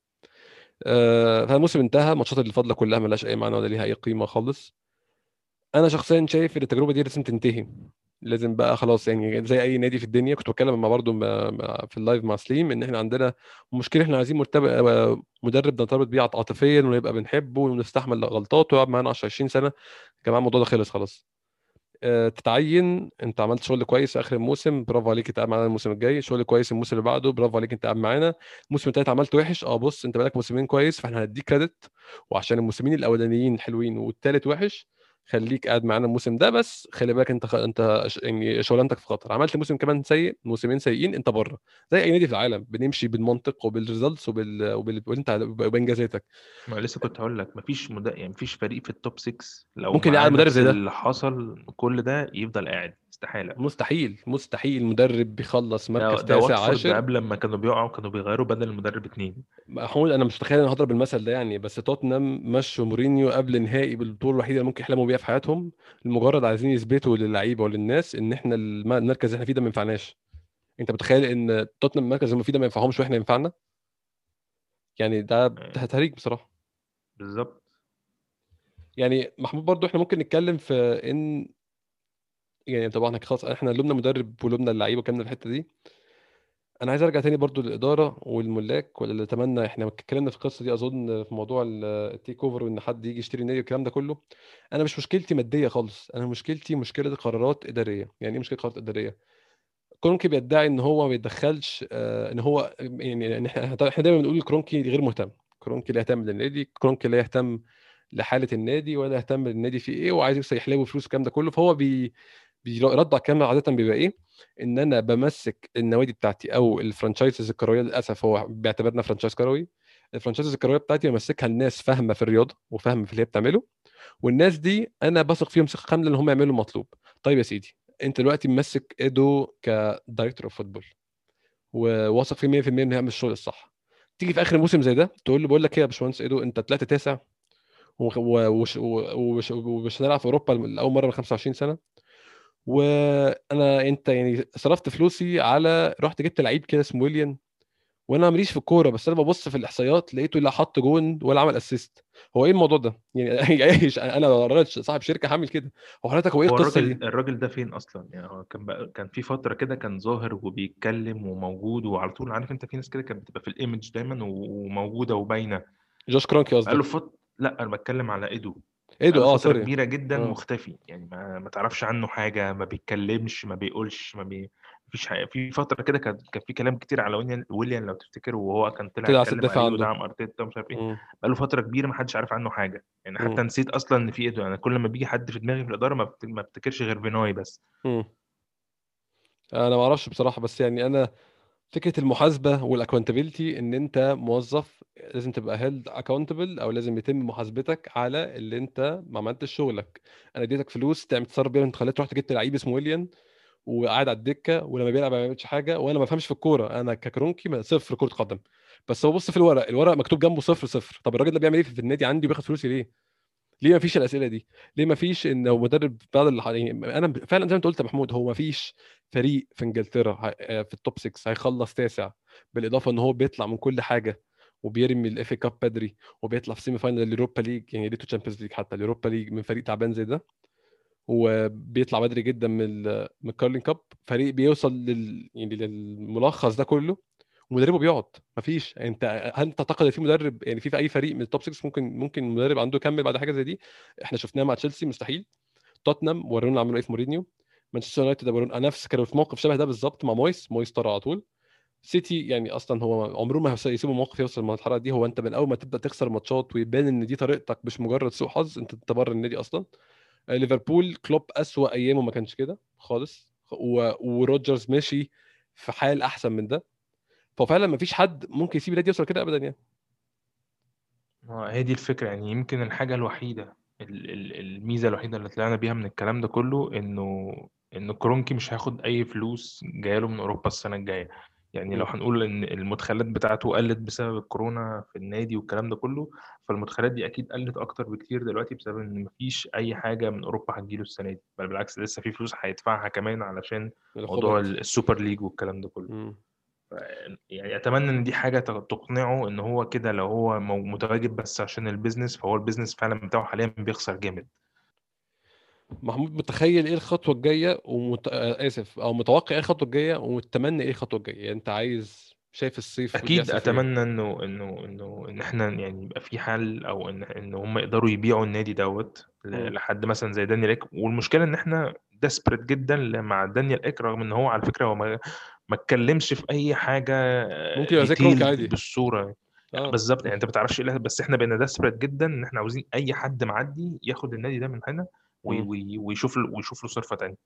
آه فالموسم انتهى. الماتشات اللي فاضله كلها ملهاش اي معنى ولا ليها اي قيمه خالص. انا شخصيا شايف ان التجربه دي لازم تنتهي. لازم بقى خلاص يعني زي اي نادي في الدنيا. كنت بتكلم مع برضه مع- مع- في اللايف مع سليم ان احنا عندنا مشكله. احنا عايزين مرتب... مدرب نرتبط بيه عاطفيا ونبقى بنحبه ونستحمل غلطاته ويقعد معانا عشرة عشرين سنه. يا جماعه الموضوع ده خلص خلاص. أه تتعين، انت عملت شغل كويس في اخر الموسم، برافو عليك، انت قاعد معانا الموسم الجاي. شغل كويس الموسم اللي بعده، برافو عليك، انت قاعد معانا. الموسم التالت عملت وحش، اه بص انت بقالك موسمين كويس فاحنا هنديك كريدت. وعشان الموسمين الاولانيين حلوين والتالت وحش، خليك قاعد معانا الموسم ده. بس خلي بالك انت خ... انت ش... يعني شغلانتك في خطر. عملت موسم كمان سيء، موسمين سيئين، انت بره. زي اي نادي في العالم بنمشي بالمنطق وبالريزلتس وبال... وبال... وانت وبانجازاتك. ما لسه كنت هقول لك مفيش مد... يعني مفيش فريق في التوب ستة لو ممكن معاه يقعد مدرب نفس زي ده؟ اللي حصل كل ده يفضل قاعد، استحالة. مستحيل مستحيل. مدرب بيخلص ده مركز ده تاسع واتفورد عاشر. قبل لما كانوا بيقعوا كانوا بيغيروا بدل المدرب اتنين. محمود انا مش متخيل ان هضرب المثل ده يعني، بس توتنهام مشوا مورينيو قبل نهائي بالبطوله الوحيده اللي ممكن يحلموا بيها في حياتهم، لمجرد عايزين يثبتوا للعيبه وللناس ان احنا الم- المركز اللي احنا فيه ده ما ينفعناش. انت متخيل ان توتنهام المركز اللي هم فيه ده ما ينفعهمش واحنا ينفعنا؟ يعني ده ده آه، تهريج بصراحه. بالظبط. يعني محمود برضو احنا ممكن نتكلم في ان يعني طبعا خلاص احنا لومنا مدرب ولومنا اللعيبه وكملنا الحته دي. انا عايز ارجع تاني برضو للاداره والملاك واللي اتمنى. احنا اتكلمنا في القصه دي اظن في موضوع ال- التيك اوفر وان حد يجي يشتري النادي والكلام ده كله. انا مش مشكلتي ماديه خالص، انا مشكلتي مشكله قرارات اداريه. يعني ايه مشكله قرارات اداريه؟ كرونكي بيدعي ان هو ما بيتدخلش، آه، ان هو يعني إن احنا احنا دايما بنقول كرونكي غير مهتم. كرونكي لا يهتم للنادي، كرونكي لا يهتم لحاله النادي ولا يهتم النادي فيه ايه، وعايز يكسب يحلبه فلوس والكلام ده كله. فهو بي بيرد على الكلام ده عاده بيبقى ايه؟ ان انا بمسك النوادي بتاعتي او الفرانشايزز الكرويه. للاسف هو بيعتبرنا فرانشايز كروي. الفرانشايزز الكرويه بتاعتي بمسكها لناس فاهمه في الرياضه وفاهمه في اللي هي بتعمله، والناس دي انا بثق فيهم ثقه كامله ان هم يعملوا المطلوب. طيب يا سيدي، انت دلوقتي ممسك ايدو كدايركتور اوف فوتبول وواثق فيه مية في المية انه هيعمل الشغل الصح. تيجي في اخر موسم زي ده تقول له بقول لك ايه يا باشمهندس ايدو، انت طلعت تاسع ومش ومش ومش ومش هنلعب في اوروبا لاول مره من خمسة وعشرين سنه. وانا انت يعني صرفت فلوسي على رحت جبت لعيب كده اسمه ويليان، وانا ماليش في الكوره بس انا ببص في الاحصائيات لقيته لا حط جون ولا عمل اسيست. هو ايه الموضوع ده يعني؟ ايش انا راجل صاحب شركه هعمل كده؟ هو حضرتك هو ايه هو القصه الراجل دي؟ الراجل ده فين اصلا؟ يعني هو كان بقى كان في فتره كده كان ظاهر وبيتكلم وموجود وعلى طول. عارف انت في ناس كده كانت بتبقى في الايمج دايما و- وموجوده وباينه. جوش كرونكي بقاله قصدك؟ فتره. لا انا بتكلم على ايدو. ايدو، بقاله اه فتره سوري. كبيره جدا اه. مختفي، يعني ما, ما تعرفش عنه حاجه، ما بيتكلمش ما بيقولش ما بي مفيش حاجه. في فتره كده كان كان في كلام كتير على ويليان ويليان لو تفتكر، وهو كان طلع طلع يتكلم دافع عليه عنه. ودعم ارتيتا ومش عارف ايه. مم. بقاله فتره كبيره ما حدش عارف عنه حاجه، يعني مم. حتى نسيت اصلا ان في ايدو. انا كل ما بيجي حد في دماغي في الاداره ما بت- ما بفتكرش غير فيناي بس. مم. انا ما اعرفش بصراحه، بس يعني انا فكره المحاسبه والاكونتابيلتي، ان انت موظف لازم تبقى هيلد اكاونتبل، او لازم يتم محاسبتك على اللي انت ما عملتش شغلك. انا اديتك فلوس تعمل تصرف بيها، انت خليت رحت جبت لعيب اسمه ويليان وقاعد على الدكه، ولما بيلعب ما بيعملش حاجه، وانا ما بفهمش في الكوره، انا ككرونكي ما- صفر كره قدم. بس هو بص في الورق، الورق مكتوب جنبه صفر صفر. طب الراجل ده بيعمل ايه في النادي عندي وبياخد فلوسي ليه؟ ليه ما فيش الاسئله دي؟ ليه ما فيش ان هو مدرب بعد اللي يعني انا فعلا زي ما انت قلت يا محمود، هو ما فيش فريق في انجلترا ه- آه، في التوب ستة هيخلص تاسع، بالاضافه ان هو بيطلع من كل حاجه وبيرمي الاف اي كاب بدري، وبيطلع في سيمي فاينل اليوروبا ليج، يعني ريتو تشامبيونز ليج، حتى اليوروبا ليج من فريق تعبان زي ده، وبيطلع بدري جدا من ال- من الكارلين كاب، فريق بيوصل لل يعني للملخص ده كله، ومدربه بيقعد. مفيش. انت هل تعتقد ان في مدرب، يعني في في اي فريق من التوب ستة ممكن ممكن مدرب عنده يكمل بعد حاجه زي دي؟ احنا شفناها مع تشيلسي مستحيل، توتنهام ورونا عملوا ايه في مورينيو، مانشستر يونايتد ورونا نفس كانوا في موقف شبه ده بالظبط مع مويس، مويس طلع على طول. سيتي يعني اصلا هو عمرهم ما هيوصل- يسيبوا موقف يوصل للمرحله دي، هو انت من اول ما تبدا تخسر ماتشات ويبان ان دي طريقتك مش مجرد سوء حظ، انت تبر النادي اصلا. آه، ليفربول كلوب اسوأ ايامه ما كانش كده خالص، و... وروجرز ماشي في حال احسن من ده. ففعلا ما فيش حد ممكن يسيب النادي يوصل كده ابدا يعني. آه، هي دي الفكرة. يعني يمكن الحاجة الوحيدة ال- ال- الميزة الوحيدة اللي طلعنا بيها من الكلام ده كله إنه إن كرونكي مش هياخد أي فلوس جايله من أوروبا السنة الجاية. يعني لو مم. هنقول إن المدخلات بتاعته قلت بسبب الكورونا في النادي والكلام ده كله، فالمدخلات دي أكيد قلت أكتر بكتير دلوقتي بسبب إن مفيش أي حاجة من أوروبا هتجيله السنة دي، بل بالعكس لسه في فلوس هيدفعها كمان علشان موضوع الخبط. السوبر ليج والكلام ده كله. مم. يعني اتمنى ان دي حاجه تقنعه ان هو كده، لو هو مو- متواجد بس عشان البيزنس، فهو البيزنس فعلا بتاعه حاليا بيخسر جامد. محمود متخيل ايه الخطوه الجايه ومت... آه، اسف، او متوقع ايه الخطوه الجايه ومتمنى ايه الخطوه الجايه؟ يعني انت عايز شايف الصيف اكيد يحصل فيه ايه؟ اتمنى انه انه انه ان احنا يعني يبقى في حل، او ان ان هم يقدروا يبيعوا النادي دوت ل- مم. لحد مثلا زي دانيال ايك. والمشكله ان احنا ديسبريت جدا ل- مع دانيال ايك، رغم ان هو على فكره هو ما ما اتكلمش في اي حاجه ممكن يبقى زي كرونك ديتيلد عادي. بالصوره. يعني اه. بالظبط، يعني انت ما بتعرفش ايه اللي- بس احنا بقينا ديسبريت جدا ان احنا عاوزين اي حد معدي ياخد النادي ده من هنا وي- مم. وي- ويشوف له ويشوف له صرفه تانيه.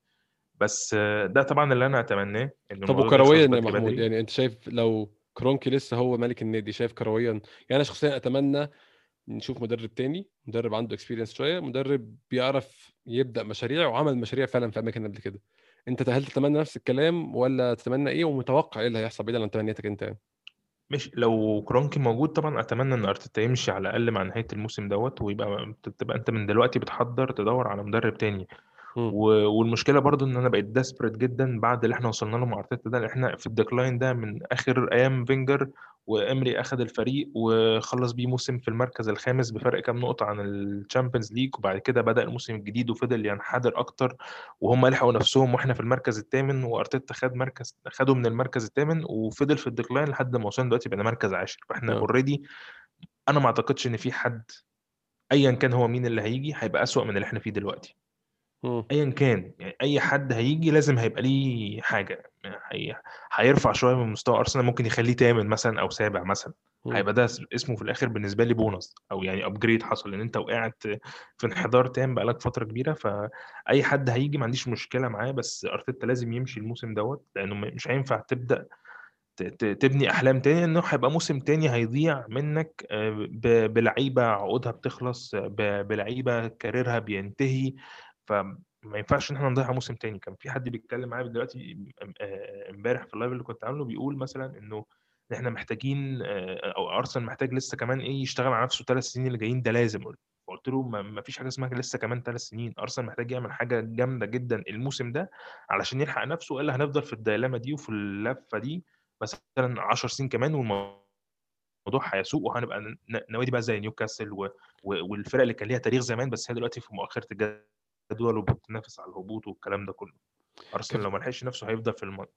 بس آه، ده طبعا اللي انا اتمناه ان طب الموضوع ده وكرويا يخلص يا بدري محمود، بدري. يعني انت شايف لو كرونكي لسه هو ملك النادي، شايف كرويا؟ يعني انا شخصيا اتمنى نشوف مدرب تاني، مدرب عنده اكسبيرينس شويه، مدرب بيعرف يبدا مشاريع وعمل مشاريع فعلا في اماكن قبل كده. انت هل تتمنى نفس الكلام ولا تتمنى ايه، ومتوقع ايه اللي هيحصل بعيد عن تمنياتك انت يعني؟ مش لو كرونكي موجود طبعا اتمنى ان ارتيتا يمشي على الاقل مع نهايه الموسم دوت، ويبقى تبقى انت من دلوقتي بتحضر تدور على مدرب تاني. مم. و- والمشكله برضو ان انا بقيت ديسبريت جدا بعد اللي احنا وصلنا له مع ارتيتا ده، لأن احنا في الديكلاين ده من اخر ايام فينجر. وامري اخذ الفريق وخلص بيه موسم في المركز الخامس بفرق كام نقطه عن الشامبيونز ليج، وبعد كده بدأ الموسم الجديد وفضل ينحدر اكتر، وهم لحقوا نفسهم واحنا في المركز الثامن، وارتيتا خد مركز خده من المركز الثامن وفضل في الديكلاين لحد ما وصلنا دلوقتي بقينا مركز عاشر. فاحنا اه. اوريدي، انا ما اعتقدش ان في حد ايا كان هو مين اللي هيجي هيبقى اسوأ من اللي احنا فيه دلوقتي. مم. ايا كان، يعني اي حد هيجي لازم هيبقى ليه حاجه، يعني هي... هيرفع شويه من مستوى ارسنال، ممكن يخليه تامن مثلا او سابع مثلا. مم. هيبقى ده اسمه في الاخر بالنسبه لي بونص، او يعني ابجريد حصل، لان انت وقعت في انحدار تام بقالك فتره كبيره. فاي حد هيجي ما عنديش مشكله معاه، بس ارتيتا لازم يمشي الموسم دوت، لانه م- مش هينفع تبدا ت- ت- تبني احلام تاني، انه هيبقى موسم تاني هيضيع منك آه، ب- بلعيبه عقودها بتخلص، آه، ب- بلعيبه كاريرها بينتهي. فما ينفعش ان احنا نضيع موسم تاني. كان في حد بيتكلم معايا دلوقتي آه، امبارح في اللايف اللي كنت عامله، بيقول مثلا انه إن احنا محتاجين آه، او ارسنال محتاج لسه كمان ايه يشتغل على نفسه ثلاث سنين اللي جايين، ده لازم. قلت له ما ما فيش حاجه اسمها لسه كمان ثلاث سنين. ارسنال محتاج يعمل حاجه جامده جدا الموسم ده علشان يلحق نفسه، والا هنفضل في الديلامه دي وفي اللفه دي مثلا عشر سنين كمان، والموضوع هيسوق، وهنبقى ن- نوادي بقى زي نيوكاسل و... و... والفرق اللي كان ليها تاريخ زمان، بس هي دلوقتي في مؤخره الجدول وبتنافس على الهبوط والكلام ده كله. ارسنال كيف لو ما لحقش نفسه هيفضل في الم...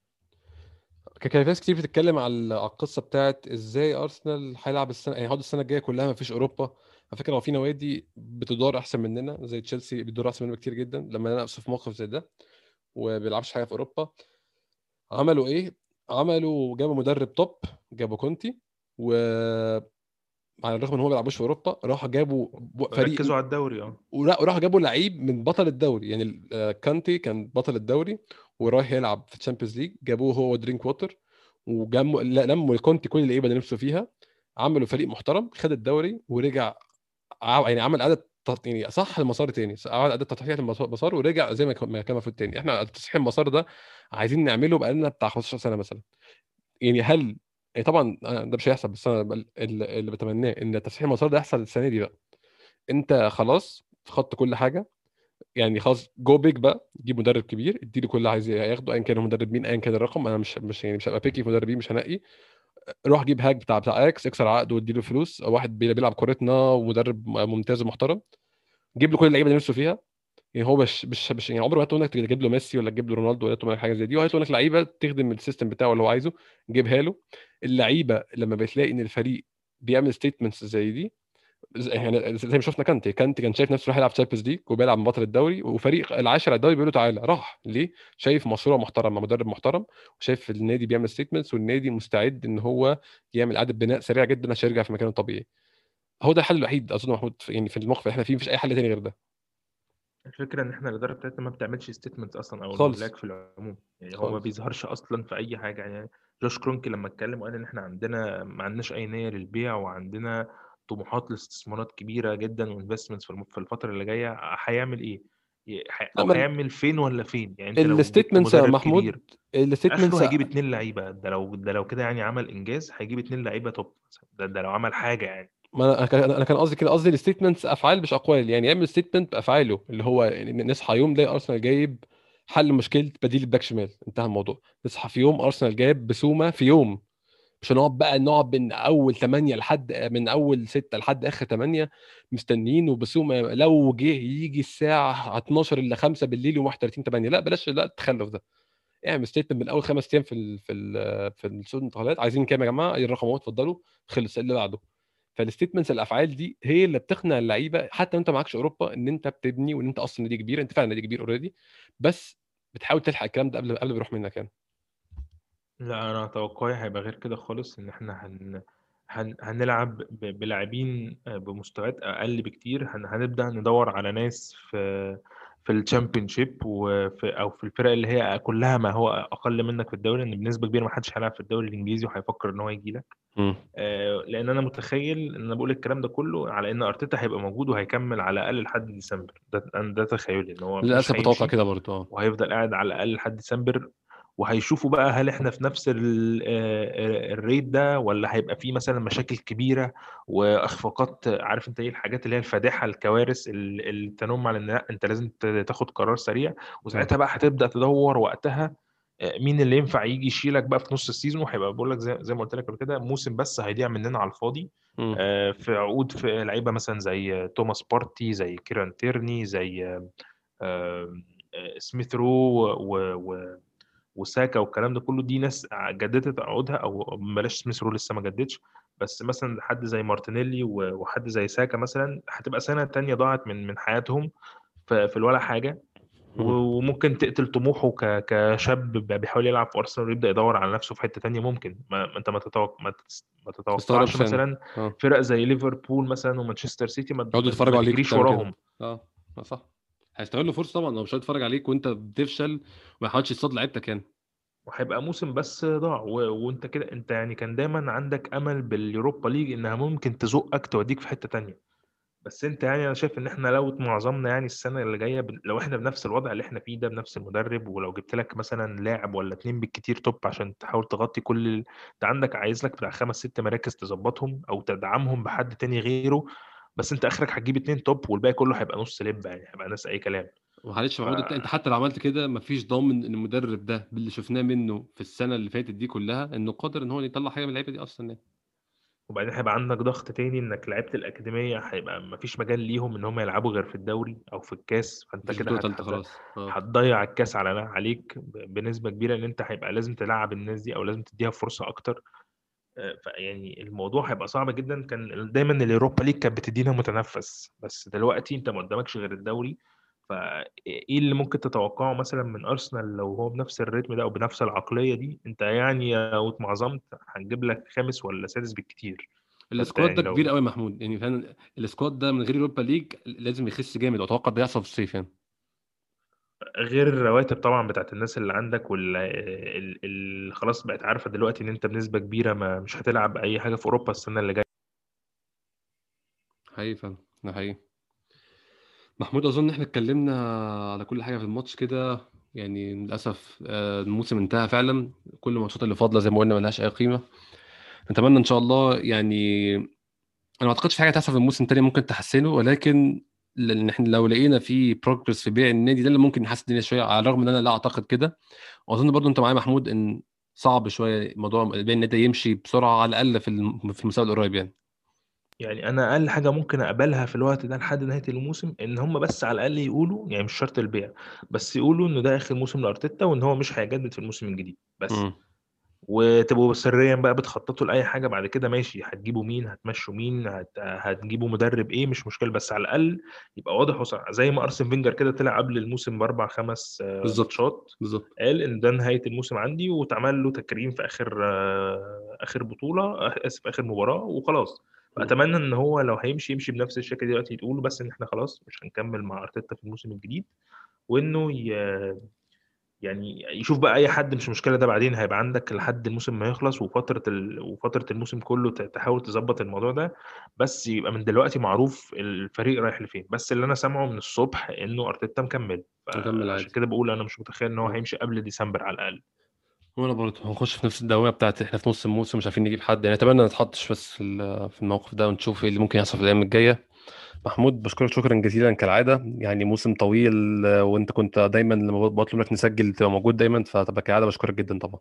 كان كان في ناس كتير بتتكلم على على القصه بتاعت ازاي ارسنال هيلعب السنه، يعني هيقعد السنه الجايه كلها ما فيش اوروبا. على فكره هو في نوادي بتدور احسن مننا، زي تشيلسي بيدور احسن مننا كتير جدا، لما نقص في موقف زي ده وبيلعبش حاجه في اوروبا. عملوا ايه؟ عملوا جابوا مدرب توب، جابوا كونتي، و على الرغم ان هو ما بيلعبوش في اوروبا راحوا جابوا ب- فريق، ركزوا على الدوري اه. ولا- وراحوا جابوا لعيب من بطل الدوري، يعني آه، كانتي كان بطل الدوري ورايح يلعب في الشامبيونز ليج، جابوه هو ودرينك ووتر، وجموا لموا الكونتي كل اللعيبه اللي نفسه فيها، عملوا فريق محترم، خد الدوري ورجع، ع- يعني عمل اعاده تط- يعني صح المسار تاني، عمل اعاده تصحيح المسار ورجع زي ما كان ما كان المفروض تاني. احنا تصحيح المسار ده عايزين نعمله بقالنا بتاع خمستاشر سنه مثلا. يعني هل يعني طبعا أنا ده مش هيحصل، بس انا بل- اللي اللي بتمناه ان تصحيح المسار ده يحصل السنه دي بقى. انت خلاص خدت كل حاجه، يعني خلاص جو بيج بقى، جيب مدرب كبير اديله كل اللي عايز ياخده، ايا كان المدرب مين، ايا كان الرقم. انا مش مش يعني مش هبقى بيكي في مدربين، مش هنقي. روح جيب هاك بتاع بتاع اكس، اكسر عقده واديله فلوس، واحد بي- بيلعب كورتنا ومدرب ممتاز ومحترم، جيب له كل اللعيبه اللي نفسه فيها. يعني هو مش مش مش يعني عمره ما هتقول لك تجيب له ميسي ولا تجيب له رونالدو ولا تجيب له حاجه زي دي، هو هيقول لك لعيبه تخدم السيستم بتاعه اللي هو عايزه، جيبها له. اللعيبه لما بتلاقي ان الفريق بيعمل ستيتمنتس زي دي، زي يعني زي ما شفنا كانتي كانتي كان شايف نفسه راح يلعب تشامبيونز ليج وبيلعب من بطل الدوري، وفريق العاشر على الدوري بيقول له تعالى، راح ليه؟ شايف مشروع محترم مع مدرب محترم، وشايف النادي بيعمل ستيتمنتس، والنادي مستعد ان هو يعمل اعاده بناء سريع جدا عشان يرجع في مكانه الطبيعي. هو ده الحل الوحيد اظن محمود، في- يعني في الموقف اللي احنا فيه مفيش اي حل تاني غير ده الفكرة إن إحنا الإدارة بتاعتنا ما بتعملش ستيتمنت أصلا، أو خالص الملاك في العموم يعني هو ما خالص. بيظهرش أصلا في أي حاجة يعني. جوش كرونكي لما اتكلم وقال إن إحنا عندنا ما عندناش أي نية للبيع، وعندنا طموحات لاستثمارات كبيرة جدا وانفستمنتس في الم- في الفترة اللي جاية، هيعمل إيه؟ ي- ح- أو لما هيعمل فين ولا فين؟ يعني أنت لو جبت الستيتمنتس يا مدرب كبير محمود، الستيتمنتس، آخره هيجيب اتنين لعيبة، ده لو ده لو كده يعني عمل إنجاز، هيجيب اتنين لعيبة توب مثلا. ده, ده لو عمل حاجة يعني. ما انا أنا كان أنا كان قصدي كده، قصدي الستيتمنتس افعال مش اقوال. يعني يعمل ستيتمنت بافعاله، اللي هو يعني نصحى يوم نلاقي ارسنال جايب حل مشكله بديل الباك شمال، انتهى الموضوع. نصحى في يوم ارسنال جايب بسومه في يوم، مش هنقعد بقى نقعد من اول ثمانية لحد من اول ستة لحد اخر ثمانية مستنيين. وبسومه لو جه يجي الساعه اتناشر الا خمسة بالليل وواحد وتلاتين ثمانية، لا بلاش، لا التخلف ده. اعمل ستيتمنت من اول خمس ايام في ال في ال في السوق الانتقالات، عايزين كام يا جماعه، ايه الرقم اهو اتفضلوا، خلص اللي بعده. فالستيتمنتس الافعال دي هي اللي بتقنع اللعيبه، حتى وانت معكش اوروبا، ان انت بتبني وان انت اصلا نادي كبير، انت فعلا نادي كبير اوريدي، بس بتحاول تلحق الكلام ده قبل قبل ما يروح منك يعني. لا انا توقعي هيبقى غير كده خالص، ان احنا هن... هن... هنلعب ب... بلاعبين آه، بمستويات اقل بكتير. هن... هنبدا ندور على ناس في في الشامبيونشيب، وفي او في الفرق اللي هي كلها ما هو اقل منك في الدوري، ان بنسبه كبيره ما حدش هيلعب في الدوري الانجليزي وهيفكر ان هو يجي لك. امم آه، لان انا متخيل ان انا بقول الكلام ده كله على ان ارتيتا هيبقى موجود وهيكمل على الاقل لحد ديسمبر. ده أنا ده تخيلي ان هو مش للاسف اتوقع هيمشي، كده برضه اه. وهيفضل قاعد على الاقل لحد ديسمبر. وهيشوفوا بقى هل احنا في نفس ال- آه، الريت ده، ولا هيبقى في مثلا مشاكل كبيره واخفاقات. عارف انت ايه الحاجات اللي هي الفادحه، الكوارث ال- اللي تنم على ان لا انت لازم ت- تاخد قرار سريع. اه. وساعتها بقى هتبدا تدور وقتها آه، مين اللي ينفع يجي يشيلك بقى في نص السيزون. وهيبقى بقول لك زي, زي ما قلت لك قبل كده، موسم بس هيضيع مننا على الفاضي. امم آه، في عقود في لعيبه مثلا زي توماس بارتي، زي كيران تيرني، زي آه، آه، سميث رو و- و- وساكا والكلام ده كله. دي ناس جددت عقودها، او بلاش سميث رو لسه ما جددش، بس مثلا حد زي مارتينيلي و- وحد زي ساكا مثلا هتبقى سنة تانية ضاعت من من حياتهم في في الولا حاجة. وممكن تقتل طموحه ك- كشاب بيحاول يلعب في ارسنال ويبدا يدور على نفسه في حته تانية. ممكن ما ما انت ما تتوقع ما تس- ما استغرب تتوقعش ثاني. مثلا اه. فرق زي ليفربول مثلا ومانشستر سيتي ما, يقعدوا ما, ما يتفرجوا عليك تجريش بتعمل كده. وراهم. اه. آه، صح. هيستغلوا فرصه طبعا، هو مش هيتفرج عليك وانت بتفشل وما يحاولش يصطاد لعيبتك يعني. وهيبقى موسم بس ضاع و... وانت كده انت يعني كان دايما عندك امل باليوروبا ليج انها ممكن تزقك توديك في حتة تانية. بس انت يعني انا شايف ان احنا لو معظمنا يعني السنة اللي جاية ب... لو احنا بنفس الوضع اللي احنا فيه ده بنفس المدرب، ولو جبت لك مثلا لاعب ولا اتنين بالكتير توب عشان تحاول تغطي كل ال... انت عندك عايز لك بتاع خمس ست مراكز تظبطهم او تدعمهم بحد تاني غيره. بس انت اخرك هتجيب اتنين توب، والباقي كله هيبقى نص لب يعني، هيبقى ناس اي كلام. معلش يا ف... محمود، انت انت حتى لو عملت كده مفيش ضامن ان المدرب ده باللي شفناه منه في السنه اللي فاتت دي كلها انه قادر ان هو يطلع حاجه من اللعيبه دي اصلا يعني. وبعدين هيبقى عندك ضغط تاني انك لعيبه الاكاديميه هيبقى مفيش مجال ليهم ان هم يلعبوا غير في الدوري او في الكاس. فانت مفيش كده بطوله هت تالته هت خلاص اه. هتضيع الكاس على عليك ب- بنسبه كبيره، ان انت هيبقى لازم تلعب الناس دي او لازم تديها فرصه اكتر. آه، فيعني الموضوع هيبقى صعب جدا. كان دايما اليوروبا ليج كانت بتدينا متنفس، بس دلوقتي انت ما قدامكش غير الدوري. فايه اللي ممكن تتوقعه مثلا من ارسنال لو هو بنفس الريتم ده او بنفس العقليه دي؟ انت يعني لو اتمعظمت هنجيب لك خامس ولا سادس بالكتير. فانت السكواد يعني ده كبير لو قوي يا محمود، يعني فعلا السكواد ده من غير اوروبا ليج لازم يخس جامد، واتوقع ده يحصل في الصيف يعني. غير الرواتب طبعا بتاعت الناس اللي عندك، واللي خلاص بقت عارفه دلوقتي ان انت بنسبه كبيره ما مش هتلعب اي حاجه في اوروبا السنه اللي جايه. حقيقي فعلا، ده حقيقي. محمود اظن احنا اتكلمنا على كل حاجه في الماتش كده. يعني للاسف آه، الموسم انتهى فعلا. كل الماتشات اللي فاضله زي ما قلنا ملهاش اي قيمه. نتمنى ان شاء الله يعني. انا ما اعتقدش في حاجه تحصل في الموسم التاني ممكن تحسنه، ولكن لان احنا لو لقينا في بروجرس في بيع النادي ده اللي ممكن يحسن الدنيا شويه، على الرغم ان انا لا اعتقد كده. واظن برضو انت معايا محمود ان صعب شويه موضوع بيع النادي يمشي بسرعه، على الاقل في الم- في المستقبل القريب يعني. يعني انا اقل حاجه ممكن اقبلها في الوقت ده لحد نهايه الموسم ان هم بس على الاقل يقولوا، يعني مش شرط البيع، بس يقولوا انه ده اخر موسم لارتيتا وان هو مش هيجدد في الموسم الجديد بس. امم. وتبقوا سريا بقى بتخططوا لاي حاجه بعد كده، ماشي، هتجيبوا مين، هتمشوا مين، هت... هتجيبوا مدرب ايه، مش مشكله، بس على الاقل يبقى واضح وصريح. زي ما ارسن فينجر كده طلع قبل الموسم باربع خمس آه، بالظبط. ماتشات، بالظبط. قال ان ده نهايه الموسم عندي، واتعمل له تكريم في اخر آه، اخر بطوله، آه، اسف اخر مباراه وخلاص. مم. فاتمنى ان هو لو هيمشي يمشي بنفس الشكل دلوقتي، يقولوا بس ان احنا خلاص مش هنكمل مع ارتيتا في الموسم الجديد، وانه ي... يعني يشوف بقى اي حد، مش مشكله، ده بعدين هيبقى عندك لحد الموسم ما يخلص، وفتره ال... وفتره الموسم كله ت- تحاول تظبط الموضوع ده، بس يبقى من دلوقتي معروف الفريق رايح لفين. بس اللي انا سامعه من الصبح انه ارتيتا مكمل، نكمل فعشان عادي. كده بقول انا مش متخيل ان هو مم. هيمشي قبل ديسمبر على الاقل. وانا برضه هنخش في نفس الدوامه بتاعت احنا في نص الموسم مش عارفين نجيب حد يعني. اتمنى ما نتحطش بس في ال- في الموقف ده، ونشوف ايه اللي ممكن يحصل في الايام الجايه. محمود بشكرك شكرا جزيلا كالعاده، يعني موسم طويل آه، وانت كنت دايما لما بطلب لك نسجل تبقى موجود دايما، فتبقى كالعاده بشكرك جدا طبعا.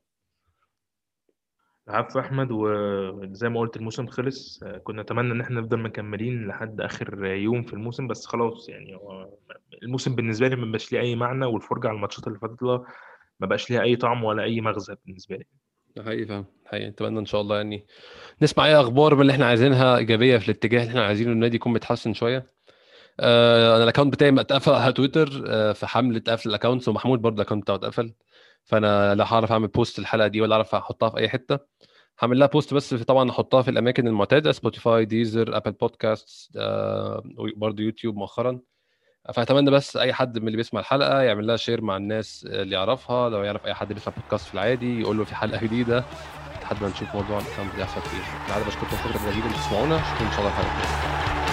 العفو يا احمد، وزي ما قلت الموسم خلص، آه، كنا نتمنى ان احنا نفضل مكملين لحد اخر يوم في الموسم، بس خلاص يعني هو الموسم بالنسبه لي ما بقاش ليه اي معنى، والفرجه على الماتشات اللي فاتت له ما بقاش ليها اي طعم ولا اي مغزى بالنسبه لي. ده حقيقي فاهم، حقيقي اتمنى ان شاء الله يعني نسمع اي اخبار من اللي احنا عايزينها ايجابيه في الاتجاه اللي احنا عايزينه النادي يكون متحسن شويه. آه انا الاكونت بتاعي اتقفل على تويتر آه في حمله قفل الاكونتس، ومحمود برضه الاكونت بتاعه اتقفل. فانا لا هعرف اعمل بوست الحلقه دي ولا اعرف احطها في اي حته. هعمل لها بوست بس في طبعا احطها في الاماكن المعتاده: سبوتيفاي، ديزر، ابل بودكاست، آه وبرضه يوتيوب مؤخرا. فاتمنى بس اي حد من اللي بيسمع الحلقه يعمل لها شير مع الناس اللي يعرفها. لو يعرف اي حد بيسمع بودكاست في العادي يقول له في حلقه جديده، لحد ما نشوف موضوع الاكونت بيحصل فيه. العاده بشكركم شكرا جزيلا انتم تسمعونا. اشوفكم ان شاء الله في حلقه